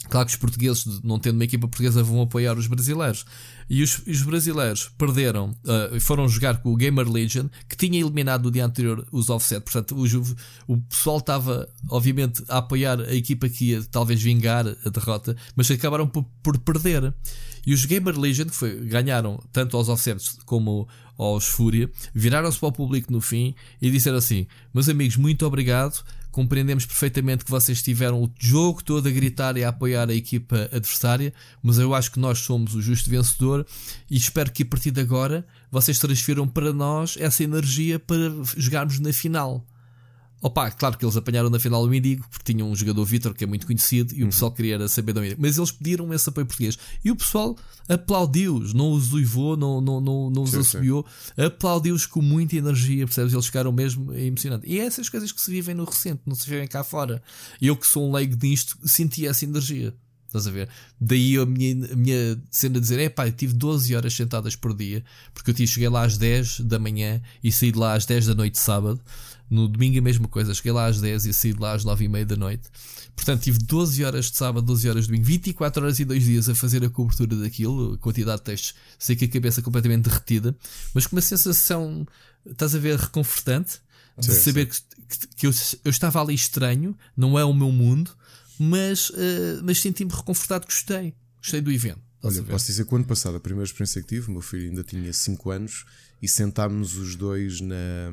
Claro que os portugueses, não tendo uma equipa portuguesa, vão apoiar os brasileiros. E os, os brasileiros perderam, e uh, foram jogar com o Gamer Legion, que tinha eliminado no dia anterior os Offset. Portanto, o, o pessoal estava, obviamente, a apoiar a equipa que ia talvez vingar a derrota, mas acabaram por, por perder. E os Gamer Legion, que foi, ganharam tanto aos Offsets como aos Fúria, viraram-se para o público no fim e disseram assim: meus amigos, muito obrigado. Compreendemos perfeitamente que vocês tiveram o jogo todo a gritar e a apoiar a equipa adversária, mas eu acho que nós somos o justo vencedor e espero que a partir de agora vocês transfiram para nós essa energia para jogarmos na final. Opa, claro que eles apanharam na final o Indigo, porque tinham um jogador Vitor que é muito conhecido e uhum. o pessoal queria saber do Indigo, mas eles pediram esse apoio português e o pessoal aplaudiu-os, não os uivou, não, não, não, não os sim, assobiou, aplaudiu-os com muita energia, percebes? Eles ficaram mesmo emocionantes. E é essas coisas que se vivem no recente, não se vivem cá fora. Eu, que sou um leigo nisto, senti essa energia. Estás a ver? Daí a minha, a minha cena de dizer: é pá, eu tive doze horas sentadas por dia, porque eu cheguei lá às dez da manhã e saí de lá às dez da noite de sábado. No domingo a mesma coisa, cheguei lá às dez e saí de lá às nove e meia da noite. Portanto, tive doze horas de sábado, doze horas de domingo, vinte e quatro horas e dois dias a fazer a cobertura daquilo, a quantidade de textos, sei que a cabeça completamente derretida, mas com uma sensação, estás a ver, reconfortante, de sim, saber sim. Que, que eu, eu estava ali estranho, não é o meu mundo, mas, uh, mas senti-me reconfortado, gostei, gostei do evento. Olha, posso dizer que o ano passado, a primeira experiência que tive, o meu filho ainda tinha cinco anos e sentámos os dois na...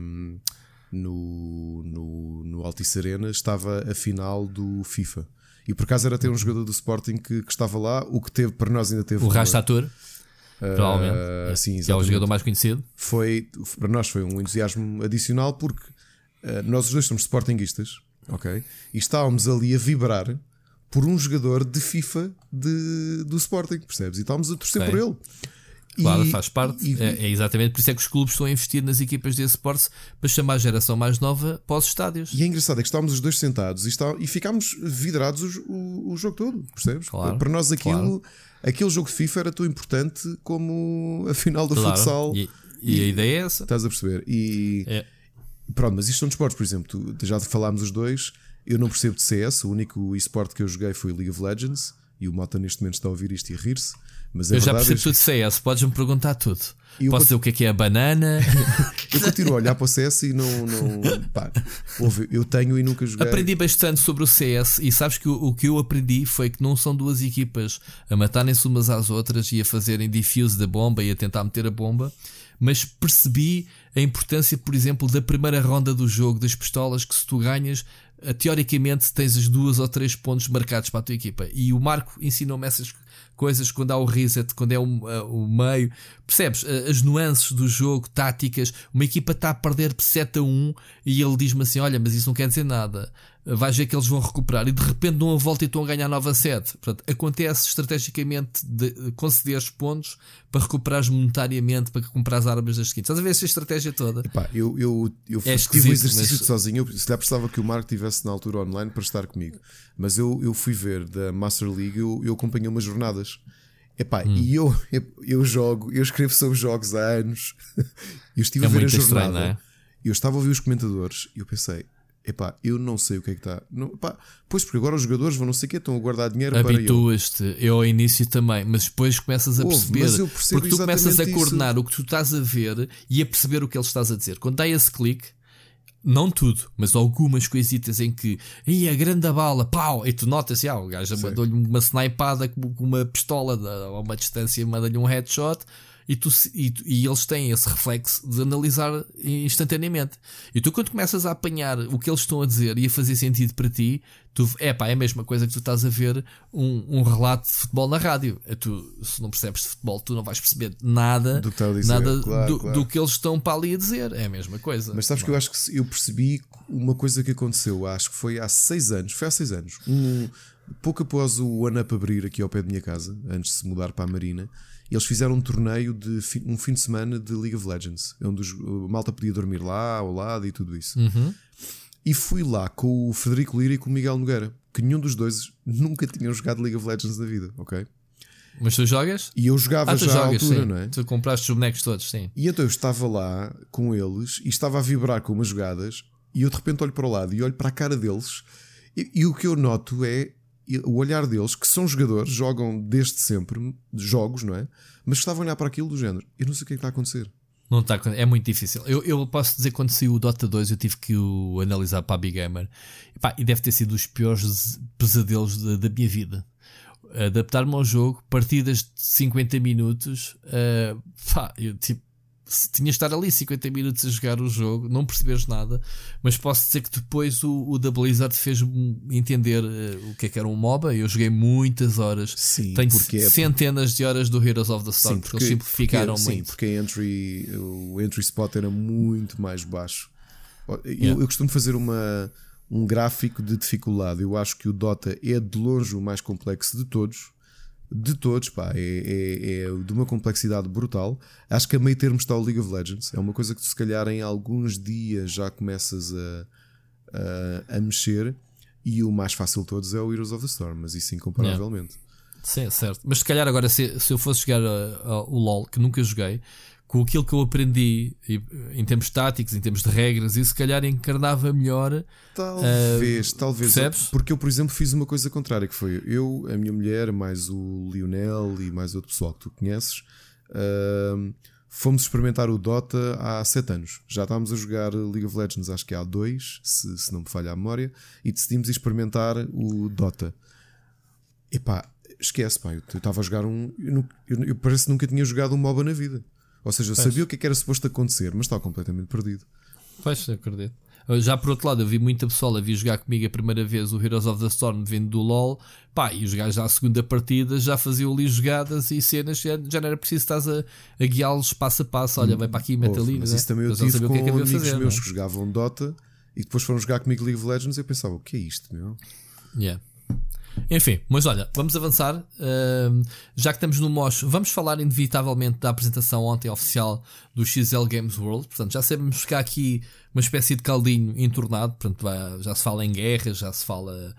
No, no, no Altice Arena, estava a final do FIFA e por acaso era ter um jogador do Sporting que, que estava lá, o que teve para nós ainda teve o Rastator, uh, provavelmente uh, sim, que é o jogador mais conhecido. Foi, para nós foi um entusiasmo adicional porque uh, nós os dois somos sportinguistas, ok? E estávamos ali a vibrar por um jogador de FIFA de, do Sporting, percebes? E estávamos a torcer okay. por ele. Claro, e, faz parte. E, é, é exatamente por isso é que os clubes estão a investir nas equipas de esportes para chamar a geração mais nova para os estádios. E é engraçado é que estávamos os dois sentados e, está, e ficámos vidrados o, o, o jogo todo, percebes? Claro, para nós aquilo, claro. Aquele jogo de FIFA era tão importante como a final do claro. futsal. E, e, e a ideia é essa. Estás a perceber? E é. Pronto, mas isto são desportos, por exemplo, tu, já falámos os dois. Eu não percebo de C S, o único esporte que eu joguei foi o League of Legends. E o Mota neste momento está a ouvir isto e a rir-se. Mas eu já percebo tudo de C S, podes-me perguntar tudo. Eu Posso dizer o que é que é a banana. Eu continuo a olhar para o C S e não. não pá, ouve, eu tenho e nunca joguei. Aprendi bastante sobre o C S e sabes que o, o que eu aprendi foi que não são duas equipas a matarem-se umas às outras e a fazerem defuse da bomba e a tentar meter a bomba, mas percebi a importância, por exemplo, da primeira ronda do jogo, das pistolas, que se tu ganhas, teoricamente tens as duas ou três pontos marcados para a tua equipa. E o Marco ensinou-me essas coisas quando há o reset, quando é o, o meio, percebes? As nuances do jogo, táticas. Uma equipa está a perder por sete a um e ele diz-me assim: olha, mas isso não quer dizer nada, vais ver que eles vão recuperar, e de repente dão a volta e estão a ganhar nove a sete. Portanto, acontece estrategicamente de conceder os pontos para recuperares monetariamente, para comprar as armas das seguintes. Estás a ver essa estratégia toda? Epá, eu, eu, eu é tive um exercício mas... sozinho. Eu, se lhe precisava que o Marco estivesse na altura online para estar comigo, mas eu, eu fui ver da Master League, eu, eu acompanhei umas jornadas. Epá, hum. E eu, eu, eu jogo, eu escrevo sobre jogos há anos. Eu estive é a ver a jornada. Estranho, não é? Eu estava a ouvir os comentadores e eu pensei: epá, eu não sei o que é que está. Não, epá, pois, porque agora os jogadores vão não sei o que, estão a guardar dinheiro para eu. Habituas-te, eu ao início também, mas depois começas a Ouve, perceber, porque tu começas a isso. coordenar o que tu estás a ver e a perceber o que ele estás a dizer. Quando dá esse clique, não tudo, mas algumas coisitas em que aí a grande bala, pau, e tu notas, ah, o gajo mandou-lhe uma snipada com uma pistola a uma distância, manda-lhe um headshot. E, tu, e, e eles têm esse reflexo de analisar instantaneamente. E tu, quando começas a apanhar o que eles estão a dizer e a fazer sentido para ti, tu, é pá, é a mesma coisa que tu estás a ver um, um relato de futebol na rádio. Tu, se não percebes de futebol, tu não vais perceber nada do que, dizer, nada claro, do, claro. do que eles estão para ali a dizer. É a mesma coisa. Mas sabes não. que eu acho que eu percebi uma coisa que aconteceu, acho que foi há seis anos. Foi há seis anos. Um, pouco após o One Up abrir aqui ao pé da minha casa, antes de se mudar para a Marina. Eles fizeram um torneio de fi, um fim de semana de League of Legends, onde os, a malta podia dormir lá ao lado e tudo isso. Uhum. E fui lá com o Frederico Lira e com o Miguel Nogueira, que nenhum dos dois nunca tinham jogado League of Legends na vida, ok? Mas tu jogas? E eu jogava ah, já jogas, à altura, sim. não é? Tu compraste os bonecos todos, sim. E então eu estava lá com eles e estava a vibrar com umas jogadas e eu de repente olho para o lado e olho para a cara deles e, e o que eu noto é o olhar deles, que são jogadores, jogam desde sempre jogos, não é? Mas estavam a olhar para aquilo do género. Eu não sei o que é que está a acontecer. Não está, é muito difícil. Eu, eu posso dizer que quando saiu o Dota dois eu tive que o analisar para a Big Gamer. E, pá, e deve ter sido dos piores pesadelos da, da minha vida. Adaptar-me ao jogo, partidas de cinquenta minutos. Uh, pá, eu tipo. Tinha de estar ali cinquenta minutos a jogar o jogo, não perceberes nada, mas posso dizer que depois o, o da Blizzard fez-me entender uh, o que é que era um MOBA. Eu joguei muitas horas, sim, tenho porque centenas de horas do Heroes of the Storm, sim, porque, porque eles simplificaram porque, muito. Sim, porque a entry, o entry spot era muito mais baixo. Eu, yeah. eu costumo fazer uma, um gráfico de dificuldade. Eu acho que o Dota é de longe o mais complexo de todos. De todos, pá, é, é, é de uma complexidade brutal. Acho que a meio termo está o League of Legends. É uma coisa que tu, se calhar, em alguns dias já começas a, a, a mexer. E o mais fácil de todos é o Heroes of the Storm, mas isso incomparavelmente. Sim, certo. Mas se calhar agora, se, se eu fosse jogar uh, uh, o LoL, que nunca joguei, com aquilo que eu aprendi em termos táticos, em termos de regras, e se calhar encarnava melhor. Talvez, uh, talvez. Percebes? Porque eu, por exemplo, fiz uma coisa contrária, que foi eu, a minha mulher, mais o Lionel e mais outro pessoal que tu conheces, uh, fomos experimentar o Dota há sete anos. Já estávamos a jogar League of Legends, acho que há dois, se, se não me falha a memória, e decidimos experimentar o Dota. Epá, esquece, pá, eu estava a jogar um. Eu, eu, eu parece que nunca tinha jogado um MOBA na vida. Ou seja, eu pois. sabia o que é que era suposto acontecer, mas estava completamente perdido. Pois, acredito. Já por outro lado, eu vi muita pessoa a vir jogar comigo a primeira vez o Heroes of the Storm vindo do LoL, pá, e os gajos já à segunda partida já faziam ali jogadas e cenas, já, já não era preciso estar a, a guiá-los passo a passo. Olha, vai para aqui e mete ali. Mas né? isso também eu Eles tive não com o que é que havia amigos fazer, meus não é? que jogavam Dota e depois foram jogar comigo League of Legends e eu pensava, o que é isto, meu? Yeah. Enfim, mas olha, vamos avançar. Uh, já que estamos no mosh, vamos falar inevitavelmente da apresentação ontem oficial do X L Games World. Portanto, já sabemos que há aqui uma espécie de caldinho entornado. Portanto, vai, já se fala em guerra, já se fala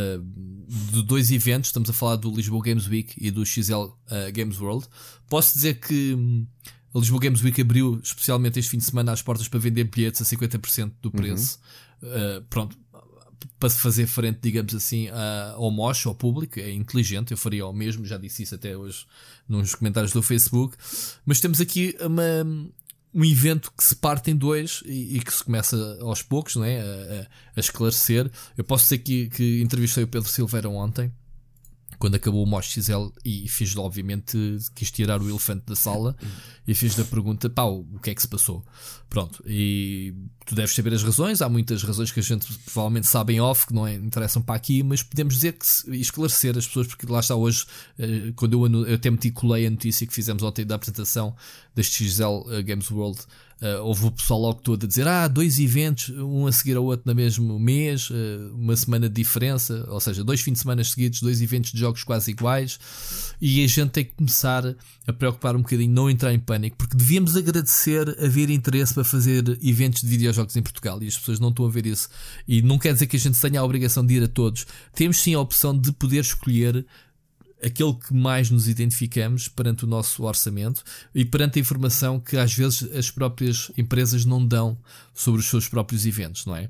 uh, de dois eventos. Estamos a falar do Lisboa Games Week e do X L uh, Games World. Posso dizer que um, a Lisboa Games Week abriu especialmente este fim de semana as portas para vender bilhetes a cinquenta por cento do preço. Uhum. Uh, pronto. Para fazer frente, digamos assim, ao mosh, ao público. É inteligente, eu faria o mesmo, já disse isso até hoje nos comentários do Facebook. Mas temos aqui uma, um evento que se parte em dois e, e que se começa aos poucos, não é? a, a esclarecer. Eu posso dizer que, que entrevistei o Pedro Silveira ontem, quando acabou o Mosh X L, e fiz, obviamente, quis tirar o elefante da sala e fiz a pergunta, pá, o que é que se passou? Pronto, e tu deves saber as razões, há muitas razões que a gente provavelmente sabe em off, que não é, interessam para aqui, mas podemos dizer que se, esclarecer as pessoas, porque lá está hoje, quando eu, eu até meticulei a notícia que fizemos ontem da apresentação deste X L Games World. Uh, houve o pessoal logo todo a dizer ah, dois eventos, um a seguir ao outro no mesmo mês, uh, uma semana de diferença, ou seja, dois fins de semana seguidos, dois eventos de jogos quase iguais, e a gente tem que começar a preocupar um bocadinho, não entrar em pânico, porque devíamos agradecer haver interesse para fazer eventos de videojogos em Portugal, e as pessoas não estão a ver isso, e não quer dizer que a gente tenha a obrigação de ir a todos. Temos sim a opção de poder escolher aquele que mais nos identificamos perante o nosso orçamento e perante a informação que às vezes as próprias empresas não dão sobre os seus próprios eventos, não é?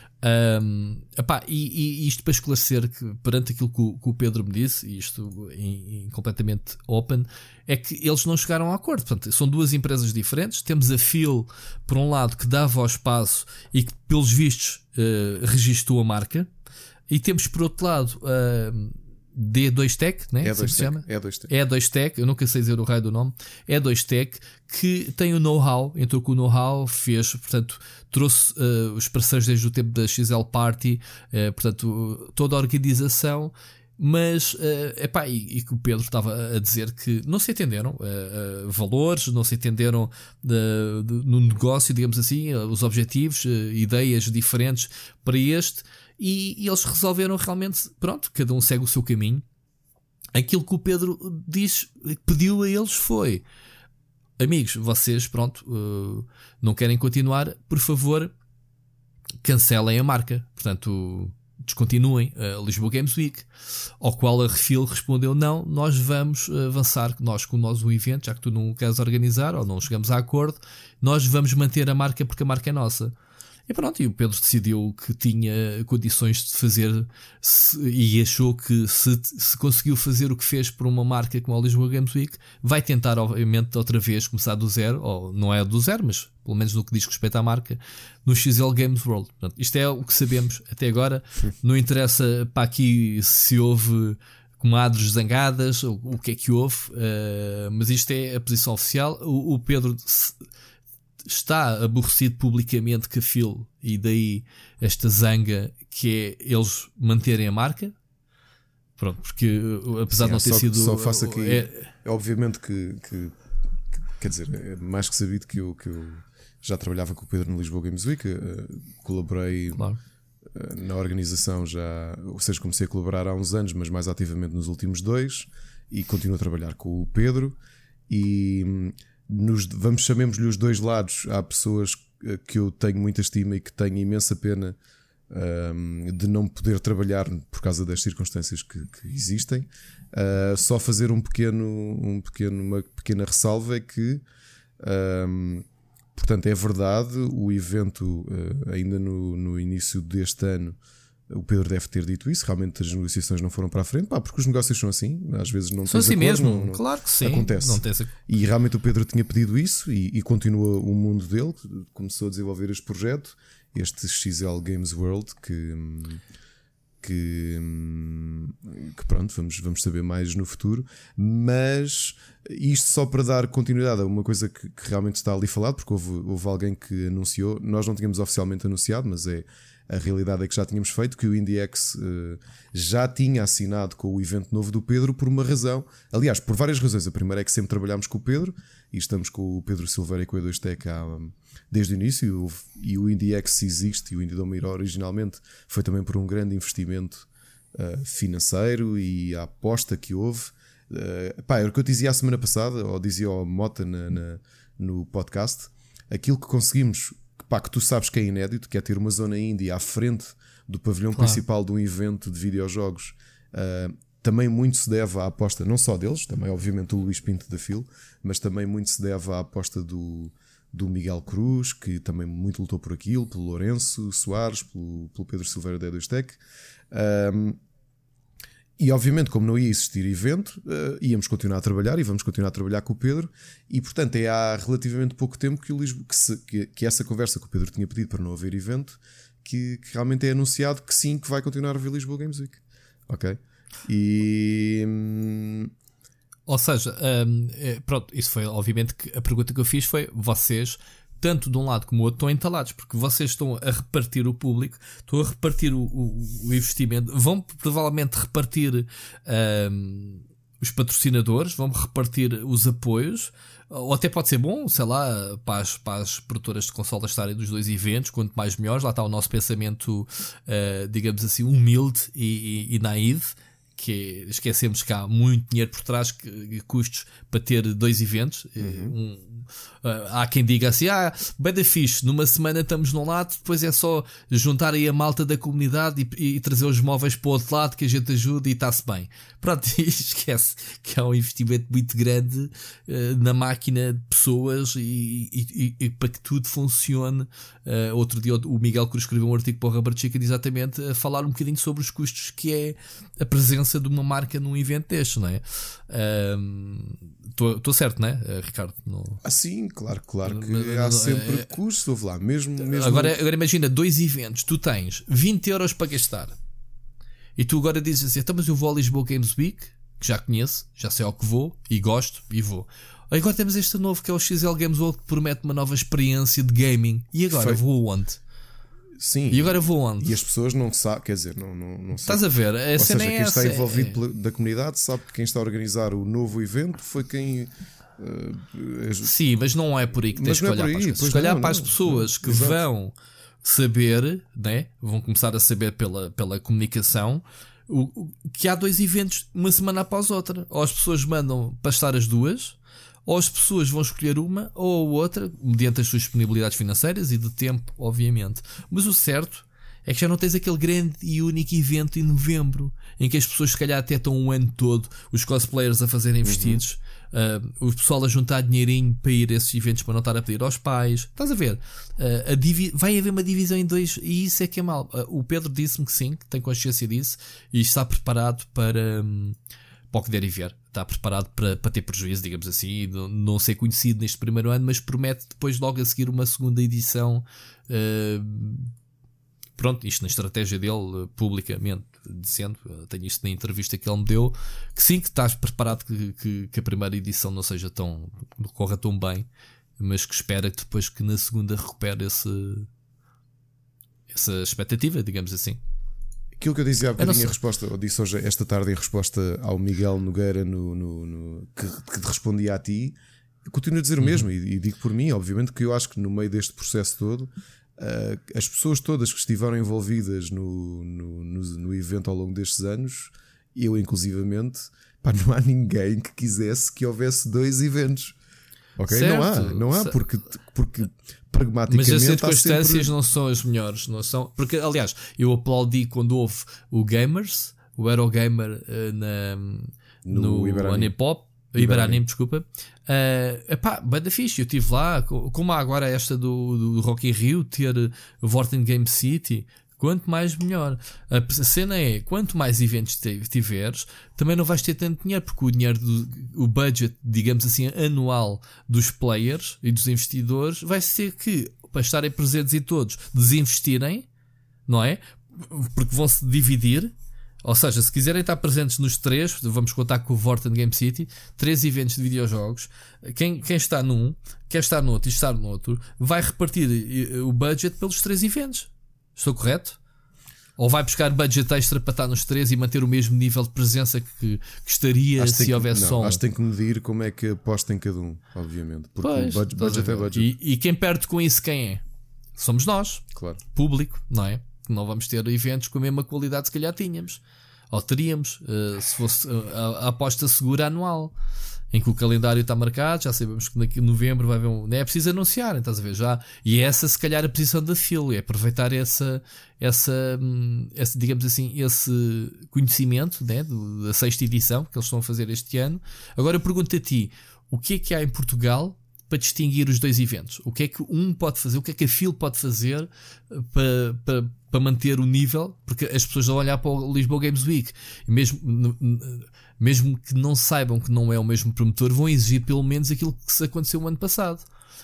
Um, epá, e, e isto para esclarecer que perante aquilo que o, que o Pedro me disse, e isto em, em completamente open, é que eles não chegaram a acordo. Portanto, são duas empresas diferentes. Temos a Phil, por um lado, que dava ao espaço e que pelos vistos uh, registou a marca, e temos por outro lado uh, D dois Tech, né? É dois se chama? É dois Tech. É dois Tech, eu nunca sei dizer o raio do nome. É dois Tech, que tem o know-how, entrou com o know-how, fez, portanto, trouxe uh, os parceiros desde o tempo da X L Party, uh, portanto, toda a organização. Mas, uh, epá, e, e que o Pedro estava a dizer que não se entenderam uh, uh, valores, não se entenderam uh, de, no negócio, digamos assim, uh, os objetivos, uh, ideias diferentes para este. E, e eles resolveram realmente, pronto, cada um segue o seu caminho. Aquilo que o Pedro diz, pediu a eles foi: amigos, vocês, pronto, uh, não querem continuar, por favor, cancelem a marca. Portanto, descontinuem a Lisboa Games Week. Ao qual a Refil respondeu: não, nós vamos avançar, nós com nós o evento, já que tu não queres organizar ou não chegamos a acordo, nós vamos manter a marca porque a marca é nossa. E pronto, e o Pedro decidiu que tinha condições de fazer se, e achou que se, se conseguiu fazer o que fez por uma marca como a Lisboa Games Week, vai tentar obviamente outra vez começar do zero, ou não é do zero, mas pelo menos no que diz respeito à marca, no X L Games World. Portanto, isto é o que sabemos até agora. Não interessa para aqui se houve comadres zangadas, ou o que é que houve, uh, mas isto é a posição oficial. O, o Pedro se, está aborrecido publicamente com a Phil, e daí esta zanga que é eles manterem a marca. Pronto, porque apesar Sim, de não ter só, sido. Só faço aqui. É, é obviamente que, que, que. Quer dizer, é mais que sabido que eu, que eu já trabalhava com o Pedro no Lisboa Games Week, uh, colaborei claro. uh, na organização já. Ou seja, comecei a colaborar há uns anos, mas mais ativamente nos últimos dois, e continuo a trabalhar com o Pedro. E. Nos, vamos chamemos-lhe os dois lados. Há pessoas que eu tenho muita estima e que tenho imensa pena um, de não poder trabalhar por causa das circunstâncias que, que existem. Uh, só fazer um pequeno, um pequeno, uma pequena ressalva é que, um, portanto, é verdade, o evento uh, ainda no, no início deste ano, o Pedro deve ter dito isso. Realmente as negociações não foram para a frente, pá, porque os negócios são assim, às vezes não são assim acordo, mesmo, não, não, claro que sim, acontece. Não tem... E realmente o Pedro tinha pedido isso, e, e continua o mundo dele. Começou a desenvolver este projeto, este X L Games World, que, que, que pronto, vamos, vamos saber mais no futuro. Mas isto só para dar continuidade a uma coisa que, que realmente está ali falado, porque houve, houve alguém que anunciou, nós não tínhamos oficialmente anunciado, mas é a realidade é que já tínhamos feito, que o IndieX uh, já tinha assinado com o evento novo do Pedro por uma razão. Aliás, por várias razões. A primeira é que sempre trabalhámos com o Pedro, e estamos com o Pedro Silveira e com o E dois Tech há, um, desde o início, e o IndieX existe, e o Indie Domiro originalmente foi também por um grande investimento uh, financeiro e a aposta que houve. Uh, pá, era o que eu dizia a semana passada, ou dizia ao Mota na, na, no podcast, aquilo que conseguimos. Pá, que tu sabes que é inédito, que é ter uma zona indie à frente do pavilhão claro. principal de um evento de videojogos. Uh, também muito se deve à aposta, não só deles, também obviamente do Luís Pinto da Phil, mas também muito se deve à aposta do, do Miguel Cruz, que também muito lutou por aquilo, pelo Lourenço Soares, pelo, pelo Pedro Silveira da E dois Tech. Um, E obviamente, como não ia existir evento, uh, íamos continuar a trabalhar, e vamos continuar a trabalhar com o Pedro. E portanto é há relativamente pouco tempo que, o Lisboa, que, se, que, que essa conversa que o Pedro tinha pedido para não haver evento, que, que realmente é anunciado que sim, que vai continuar a haver Lisboa Games Week. Ok? E... Hum... Ou seja, um, é, pronto, isso foi obviamente que a pergunta que eu fiz foi: vocês, tanto de um lado como do outro, estão entalados, porque vocês estão a repartir o público, estão a repartir o, o, o investimento, vão provavelmente repartir um, os patrocinadores, vão repartir os apoios, ou até pode ser bom, sei lá, para as, para as produtoras de consolas estarem dos dois eventos, quanto mais melhores. Lá está o nosso pensamento, uh, digamos assim, humilde e, e, e naive, que é, esquecemos que há muito dinheiro por trás, que, custos para ter dois eventos. Uhum. Um, uh, há quem diga assim: ah, bem da fixe, numa semana estamos num lado, depois é só juntar aí a malta da comunidade e, e trazer os móveis para o outro lado, que a gente ajuda e está-se bem. Pronto, esquece que há um investimento muito grande uh, na máquina de pessoas, e, e, e para que tudo funcione. Uh, outro dia o Miguel Cruz escreveu um artigo para o Rubber Chicken, exatamente a falar um bocadinho sobre os custos que é a presença de uma marca num evento deste, não é? Estou um, certo, não é, Ricardo? No... Ah, sim, claro, claro que mas, há sempre é... custos, ouve lá, mesmo, mesmo... Agora, agora imagina, dois eventos, tu tens vinte euros para gastar, e tu agora dizes assim: então, mas eu vou ao Lisboa Games Week, que já conheço, já sei ao que vou, e gosto, e vou. Agora temos este novo que é o X L Games World, que promete uma nova experiência de gaming, e agora Foi. vou onde? Sim, e agora vou onde? E as pessoas não sabem, quer dizer, não, não, não Estás a ver? A Ou cena seja, é quem essa, está envolvido é... pela, da comunidade sabe que quem está a organizar o novo evento foi quem. Uh, as... Sim, mas não é por aí que tens que olhar para as coisas. Se olhar para as pessoas que Exato. vão saber, né? Vão começar a saber pela, pela comunicação, o, o, que há dois eventos uma semana após outra. Ou as pessoas mandam para estar as duas, ou as pessoas vão escolher uma ou a outra, mediante as suas disponibilidades financeiras e de tempo, obviamente. Mas o certo é que já não tens aquele grande e único evento em novembro em que as pessoas se calhar até estão um ano todo, os cosplayers a fazerem vestidos, uhum. uh, o pessoal a juntar dinheirinho para ir a esses eventos para não estar a pedir aos pais. Estás a ver? Uh, a divi- vai haver uma divisão em dois e isso é que é mal. Uh, o Pedro disse-me que sim, que tem consciência disso e está preparado para, um, para o que der e ver. Está preparado para, para ter prejuízo, digamos assim, não, não ser conhecido neste primeiro ano, mas promete depois logo a seguir uma segunda edição. Uh, Pronto, isto na estratégia dele, publicamente, dizendo, tenho isto na entrevista que ele me deu, que sim, que estás preparado que, que, que a primeira edição não seja tão, não corra tão bem, mas que espera que depois que na segunda recupere esse, essa expectativa, digamos assim. Aquilo que eu dizia há bocadinho em resposta, ou disse hoje, esta tarde, em resposta ao Miguel Nogueira, no, no, no, que, que te respondia a ti, eu continuo a dizer o uhum. mesmo, e, e digo por mim, obviamente, que eu acho que no meio deste processo todo, Uh, as pessoas todas que estiveram envolvidas no, no, no, no evento ao longo destes anos, eu inclusivamente, pá, não há ninguém que quisesse que houvesse dois eventos. Ok? Certo. Não há, não há, porque, porque pragmaticamente. Mas as circunstâncias sempre... não são as melhores, não são. Porque, aliás, eu aplaudi quando houve o Gamers, o Eurogamer uh, na, no, no Anipop. Iberanime, desculpa. Uh, epá, banda fixe, eu estive lá. Como há agora esta do, do Rock in Rio, ter o Vorten Game City, quanto mais melhor. A cena é, quanto mais eventos tiveres, também não vais ter tanto dinheiro, porque o dinheiro, do, o budget, digamos assim, anual dos players e dos investidores vai ser que, para estarem presentes e todos desinvestirem, não é? Porque vão-se dividir. Ou seja, se quiserem estar presentes nos três, vamos contar com o Vorten Game City, três eventos de videojogos, quem, quem está num, quer estar no outro e estar no outro, vai repartir o budget pelos três eventos. Estou correto? Ou vai buscar budget extra para estar nos três e manter o mesmo nível de presença que, que estaria acho se que, houvesse não, som? Acho que tem que medir como é que aposta em cada um, obviamente. Porque pois, o budget, budget é budget. E, e quem perde com isso quem é? Somos nós, claro. Público, não é? Não vamos ter eventos com a mesma qualidade que se calhar tínhamos. Ou teríamos, uh, se fosse uh, a, a aposta segura anual, em que o calendário está marcado, já sabemos que daqui em novembro vai haver um. Não é preciso anunciar, estás a ver já. E é essa, se calhar, a posição da Phil, é aproveitar essa, essa, essa digamos assim, esse conhecimento, né, do, da sexta edição que eles estão a fazer este ano. Agora eu pergunto a ti, o que é que há em Portugal para distinguir os dois eventos? O que é que um pode fazer? O que é que a Phil pode fazer para, para, para manter o nível? Porque as pessoas vão olhar para o Lisboa Games Week e mesmo, mesmo que não saibam que não é o mesmo promotor, vão exigir pelo menos aquilo que se aconteceu o ano passado.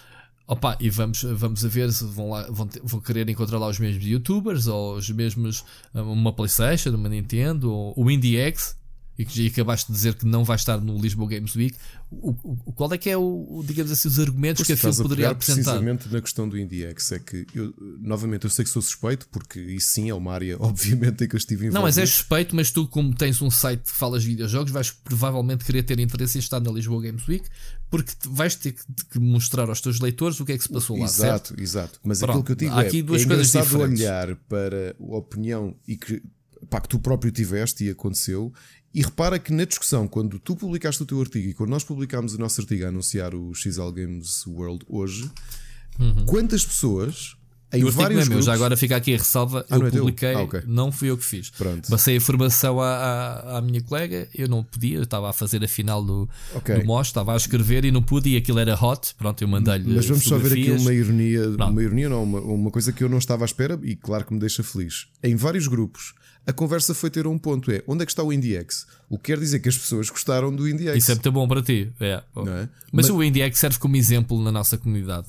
Opa, e vamos, vamos a ver se vão, lá, vão, ter, vão querer encontrar lá os mesmos youtubers, ou os mesmos, uma PlayStation, uma Nintendo, ou o IndieX, e que já acabaste de dizer que não vai estar no Lisboa Games Week. O, o, qual é que é o, o digamos assim, os argumentos pois que a Phil poderia apresentar? Precisamente na questão do IndieX é que eu, novamente, eu sei que sou suspeito, porque isso sim é uma área, obviamente, em que eu estive envolvido. Não, mas és suspeito, mas tu, como tens um site que falas de videojogos, vais provavelmente querer ter interesse em estar na Lisboa Games Week, porque vais ter que, que mostrar aos teus leitores o que é que se passou lá. Exato, certo? exato. Mas Pronto, aquilo que eu digo há é, aqui duas é coisas engraçado diferentes. olhar para a opinião e que, pá, que tu próprio tiveste e aconteceu. E repara que na discussão, quando tu publicaste o teu artigo e quando nós publicámos o nosso artigo a anunciar o X L Games World hoje, uhum. quantas pessoas em o vários é grupos... Já agora fica aqui a ressalva, ah, eu não é publiquei, ah, okay. não fui eu que fiz. Pronto. Passei a informação à, à, à minha colega, eu não podia, eu estava a fazer a final do, okay. do M O S, estava a escrever e não pude, e aquilo era hot, pronto, eu mandei-lhe. Mas vamos só ver aqui uma ironia, pronto. uma ironia não, uma, uma coisa que eu não estava à espera e claro que me deixa feliz. Em vários grupos, a conversa foi ter um ponto, é onde é que está o IndieX? O que quer dizer que as pessoas gostaram do IndieX. Isso é muito bom para ti, é. Não é? Mas, Mas o IndieX serve como exemplo na nossa comunidade.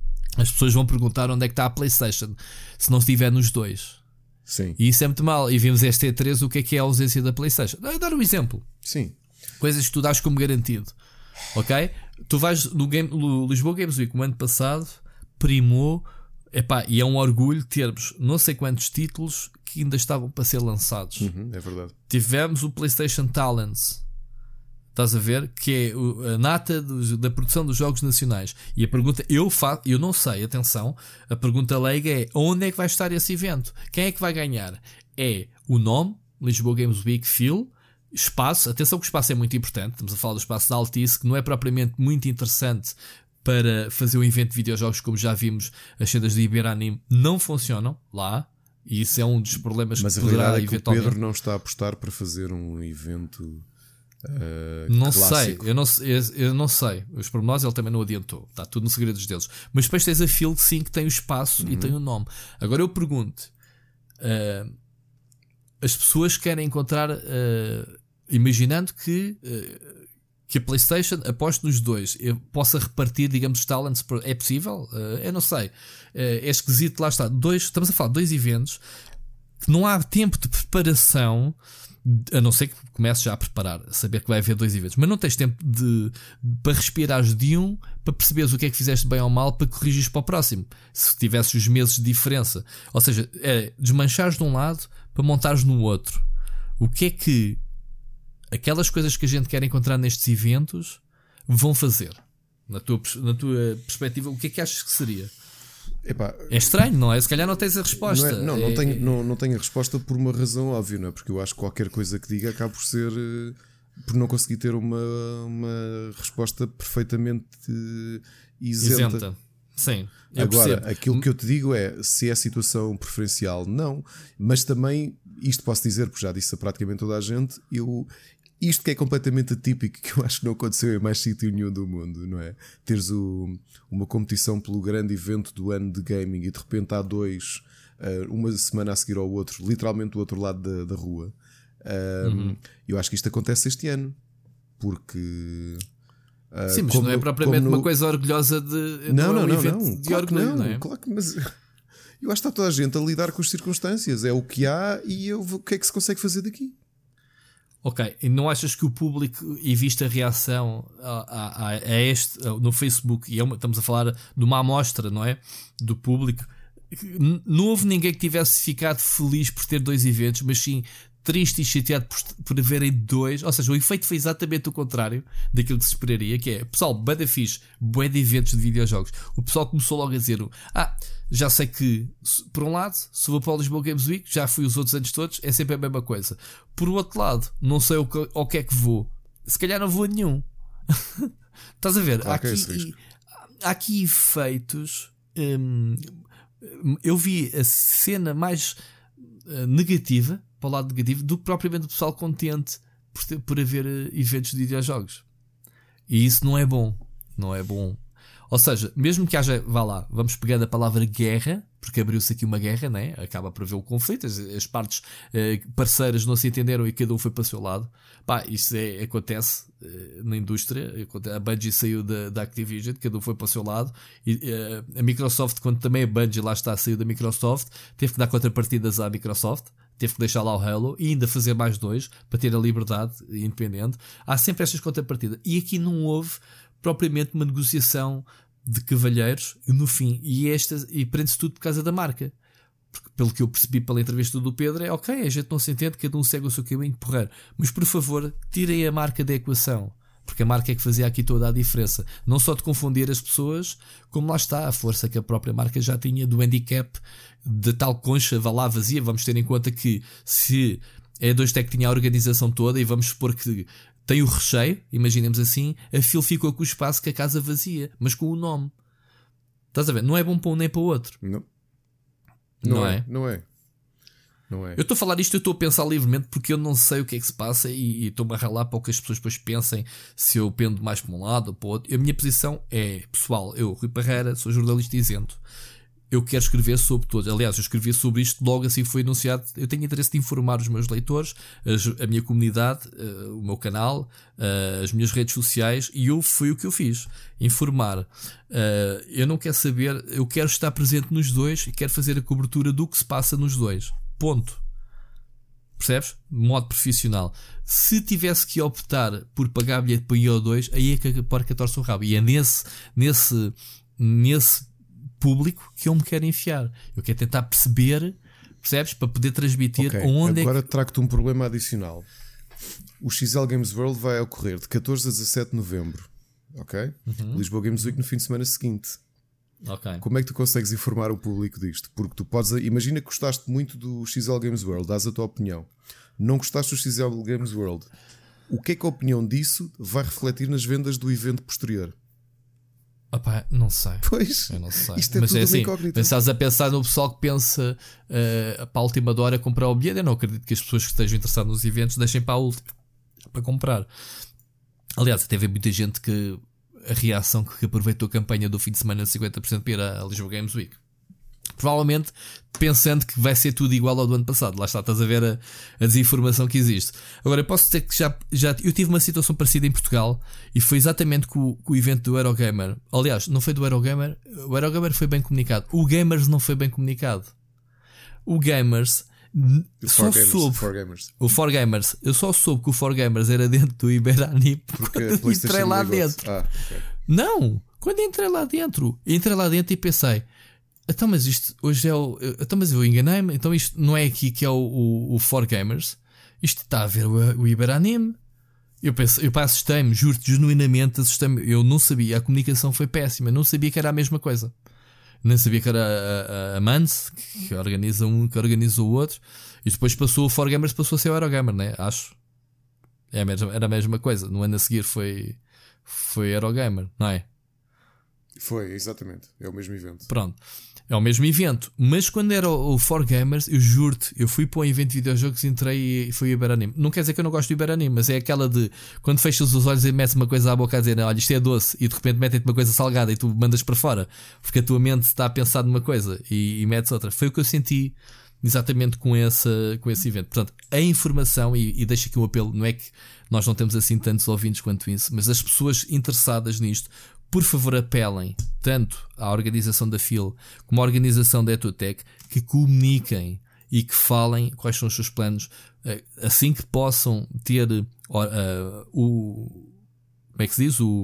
As pessoas vão perguntar onde é que está a PlayStation se não estiver nos dois. Sim. E isso é muito mal. E vimos este E três, o que é que é a ausência da PlayStation. Vou dar um exemplo. Sim. Coisas que tu dás como garantido. Ok? Tu vais no, game, no Lisboa Games Week, o ano passado, primou. Epá, e é um orgulho termos não sei quantos títulos que ainda estavam para ser lançados. Uhum, é verdade. Tivemos o PlayStation Talents, estás a ver? Que é a nata do, da produção dos jogos nacionais. E a pergunta, eu, fa, eu não sei, atenção, a pergunta leiga é: onde é que vai estar esse evento? Quem é que vai ganhar? É o nome, Lisboa Games Week, Phil, espaço, atenção que o espaço é muito importante, estamos a falar do espaço da Altice, que não é propriamente muito interessante para fazer um evento de videojogos, como já vimos, as cenas de Iberanime não funcionam lá. E isso é um dos problemas Mas que a poderá realidade é que eventualmente. o Pedro não está a apostar para fazer um evento uh, Não clássico. sei, eu não, eu, eu não sei. Os pormenores ele também não adiantou. Está tudo no segredo dos deles. Mas depois tens a Phil, sim, que tem o espaço uhum. e tem o nome. Agora eu pergunto: uh, as pessoas querem encontrar, uh, imaginando que, uh, que a PlayStation aposte nos dois, eu possa repartir, digamos, os talents. É possível? Uh, eu não sei. Uh, é esquisito, lá está. Dois, estamos a falar de dois eventos que não há tempo de preparação. A não ser que comece já a preparar, a saber que vai haver dois eventos, mas não tens tempo de, de para respirares de um, para perceberes o que é que fizeste bem ou mal, para corrigires para o próximo. Se tivesses os meses de diferença, ou seja, é desmanchares de um lado para montares no outro. O que é que aquelas coisas que a gente quer encontrar nestes eventos vão fazer? Na tua, na tua perspectiva, o que é que achas que seria? Epá, é estranho, não é? Se calhar não tens a resposta. Não, é, não, é, não, tenho, é... não, não tenho a resposta por uma razão óbvia, não é? Porque eu acho que qualquer coisa que diga acaba por ser uh, por não conseguir ter uma, uma resposta perfeitamente uh, isenta. isenta. Sim. Agora, percebo. Aquilo que eu te digo é se é situação preferencial, não, mas também isto posso dizer, porque já disse a praticamente toda a gente, eu. Isto que é completamente atípico, que eu acho que não aconteceu em mais sítio nenhum do mundo, não é? Teres o, uma competição pelo grande evento do ano de gaming e de repente há dois, uh, uma semana a seguir ao outro, literalmente do outro lado da, da rua. Um, uhum. Eu acho que isto acontece este ano, porque. Uh, Sim, mas não é propriamente no... uma coisa orgulhosa de. Não, não, não, não, evento não. de Claro orgulho, não, não é? Claro que mas. Eu acho que está toda a gente a lidar com as circunstâncias. É o que há e eu, o que é que se consegue fazer daqui? Ok, e não achas que o público, e vista a reação a, a, a este no Facebook, e é uma, estamos a falar de uma amostra, não é? Do público, não houve ninguém que tivesse ficado feliz por ter dois eventos, mas sim triste e chateado por, por haverem dois. Ou seja, o efeito foi exatamente o contrário daquilo que se esperaria, que é, pessoal, bué da fixe, bué de eventos de videojogos. O pessoal começou logo a dizer, ah, já sei que, por um lado, se vou para o Lisboa Games Week, já fui os outros anos todos, é sempre a mesma coisa. Por outro lado, não sei ao que, ao que é que vou. Se calhar não vou a nenhum. Estás a ver? Claro há, aqui, há aqui efeitos. Hum, eu vi a cena mais uh, negativa, para o lado negativo, do que propriamente o pessoal contente por, ter, por haver uh, eventos de videojogos. E isso não é bom. Não é bom. Ou seja, mesmo que haja, vá lá, vamos pegando a palavra guerra, porque abriu-se aqui uma guerra, né? Acaba por haver o conflito, as, as partes eh, parceiras não se entenderam e cada um foi para o seu lado. Pá, isso é, acontece eh, na indústria. A Bungie saiu da, da Activision, cada um foi para o seu lado. E eh, a Microsoft, quando também a Bungie lá está, saiu da Microsoft, teve que dar contrapartidas à Microsoft. Teve que deixar lá o Halo e ainda fazer mais dois para ter a liberdade independente. Há sempre estas contrapartidas. E aqui não houve propriamente uma negociação de cavalheiros no fim. E, esta, e prende-se tudo por causa da marca. Porque, pelo que eu percebi pela entrevista do Pedro, é ok, a gente não se entende, cada um segue o seu caminho, porreiro. Mas por favor, tirem a marca da equação. Porque a marca é que fazia aqui toda a diferença. Não só de confundir as pessoas, como lá está a força que a própria marca já tinha do handicap de tal concha, vá lá vazia. Vamos ter em conta que se a dois Tech tinha a organização toda, e vamos supor que tem o recheio, imaginemos assim, a Phil ficou com o espaço que a casa vazia, mas com o nome. Estás a ver? Não é bom para um nem para o outro. Não. Não, não é? é? Não é. Não é. Eu estou a falar isto, eu estou a pensar livremente porque eu não sei o que é que se passa e, e estou-me a ralar para o que as pessoas depois pensem, se eu pendo mais para um lado ou para o outro. A minha posição é, pessoal, eu, Rui Parreira, sou jornalista isento. Eu quero escrever sobre todos. Aliás, eu escrevi sobre isto logo assim que foi anunciado. Eu tenho interesse de informar os meus leitores, a, a minha comunidade, uh, o meu canal, uh, as minhas redes sociais, e eu, foi o que eu fiz. Informar. Uh, eu não quero saber, eu quero estar presente nos dois e quero fazer a cobertura do que se passa nos dois. Ponto. Percebes? De modo profissional. Se tivesse que optar por pagar bilhete para ir ao dois, aí é que a porca torce o rabo. E é nesse, nesse, nesse público que eu me quero enfiar. Eu quero tentar perceber, percebes? Para poder transmitir okay, onde agora é que... trago-te um problema adicional. O X L Games World vai ocorrer de catorze a dezassete de novembro. Ok? Uhum. Lisboa Games Week no fim de semana seguinte. Okay. Como é que tu consegues informar o público disto? Porque tu podes... Imagina que gostaste muito do X L Games World, dás a tua opinião. Não gostaste do X L Games World. O que é que a opinião disso vai refletir nas vendas do evento posterior? Opa, não sei. Pois, eu não sei. Isto é mas tudo é assim, incógnito. estás a pensar no pessoal que pensa uh, para a última hora comprar o bilhete. Eu não acredito que as pessoas que estejam interessadas nos eventos deixem para a última para comprar. Aliás, teve muita gente que a reação que aproveitou a campanha do fim de semana de cinquenta por cento para ir à Lisboa Games Week. Provavelmente pensando que vai ser tudo igual ao do ano passado. Lá está, estás a ver a, a desinformação que existe. Agora, eu posso dizer que já, já eu tive uma situação parecida em Portugal e foi exatamente com, com o evento do Eurogamer. Aliás, não foi do Eurogamer. O Eurogamer foi bem comunicado. O Gamers não foi bem comunicado. O Gamers o só gamers, soube. For Gamers. O For Gamers. Eu só soube que o For Gamers era dentro do Iberani porque quando entrei lá dentro. Ah, okay. Não! Quando entrei lá dentro. Entrei lá dentro e pensei: então, mas isto hoje é o. Então, mas eu enganei-me. Então, isto não é aqui que é o, o, o For Gamers. Isto está a ver o, o Iberanime. Eu penso, eu assustei-me, juro-te, genuinamente assustei-me. Eu não sabia, a comunicação foi péssima. Não sabia que era a mesma coisa. Não sabia que era a, a, a Mans, que organiza um, que organiza o outro. E depois passou o For Gamers, passou a ser o Eurogamer, né? Acho. É a mesma, era a mesma coisa. No ano a seguir foi, foi Eurogamer, não é? Foi, exatamente. É o mesmo evento. Pronto. É o mesmo evento. Mas quando era o, o For Gamers, eu juro-te, eu fui para um evento de videojogos, entrei e fui o Iberanime. Não quer dizer que eu não gosto do Iberanime, mas é aquela de quando fechas os olhos e metes uma coisa à boca a dizer, olha, isto é doce, e de repente metem-te uma coisa salgada e tu mandas para fora, porque a tua mente está a pensar numa coisa e, e metes outra. Foi o que eu senti exatamente com esse, com esse evento. Portanto, a informação, e, e deixo aqui um apelo, não é que nós não temos assim tantos ouvintes quanto isso, mas as pessoas interessadas nisto, por favor, apelem tanto à organização da F I L como à organização da EduTech que comuniquem e que falem quais são os seus planos, assim que possam ter uh, uh, o como é que se diz? O,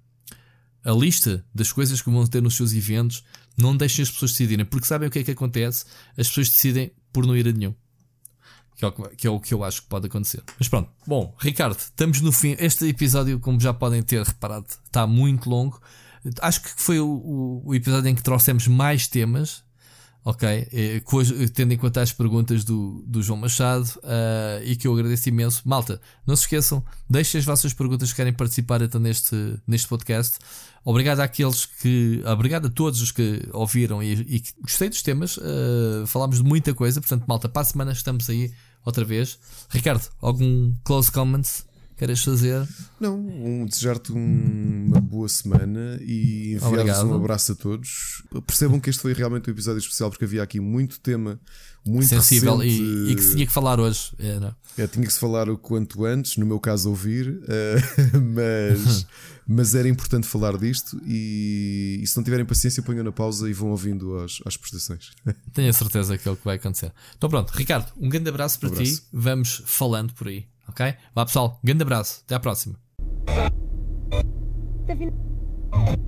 a lista das coisas que vão ter nos seus eventos. Não deixem as pessoas decidirem, porque sabem o que é que acontece? As pessoas decidem por não ir a nenhum. Que é, o que, que é o que eu acho que pode acontecer. Mas pronto. Bom, Ricardo, estamos no fim. Este episódio, como já podem ter reparado, está muito longo. Acho que foi o, o, o episódio em que trouxemos mais temas. Ok? É, tendo em conta as perguntas do, do João Machado, uh, e que eu agradeço imenso. Malta, não se esqueçam, deixem as vossas perguntas que querem participar então, neste, neste podcast. Obrigado àqueles que. Obrigado a todos os que ouviram e, e que gostei dos temas. Uh, falámos de muita coisa. Portanto, malta, para a semana estamos aí outra vez. Ricardo, algum close comments queres fazer? Não, um, desejar-te um, uma boa semana e enviar-vos um abraço a todos. Percebam que este foi realmente um episódio especial porque havia aqui muito tema, muito sensível recente, e, e que se tinha que falar hoje. É, não? É, tinha que se falar o quanto antes, no meu caso ouvir, uh, mas, mas era importante falar disto e, e se não tiverem paciência ponham na pausa e vão ouvindo as, as prestações. Tenho a certeza que é o que vai acontecer. Então pronto, Ricardo, um grande abraço para um abraço. ti. Vamos falando por aí, ok? Vá pessoal, grande abraço, até à próxima.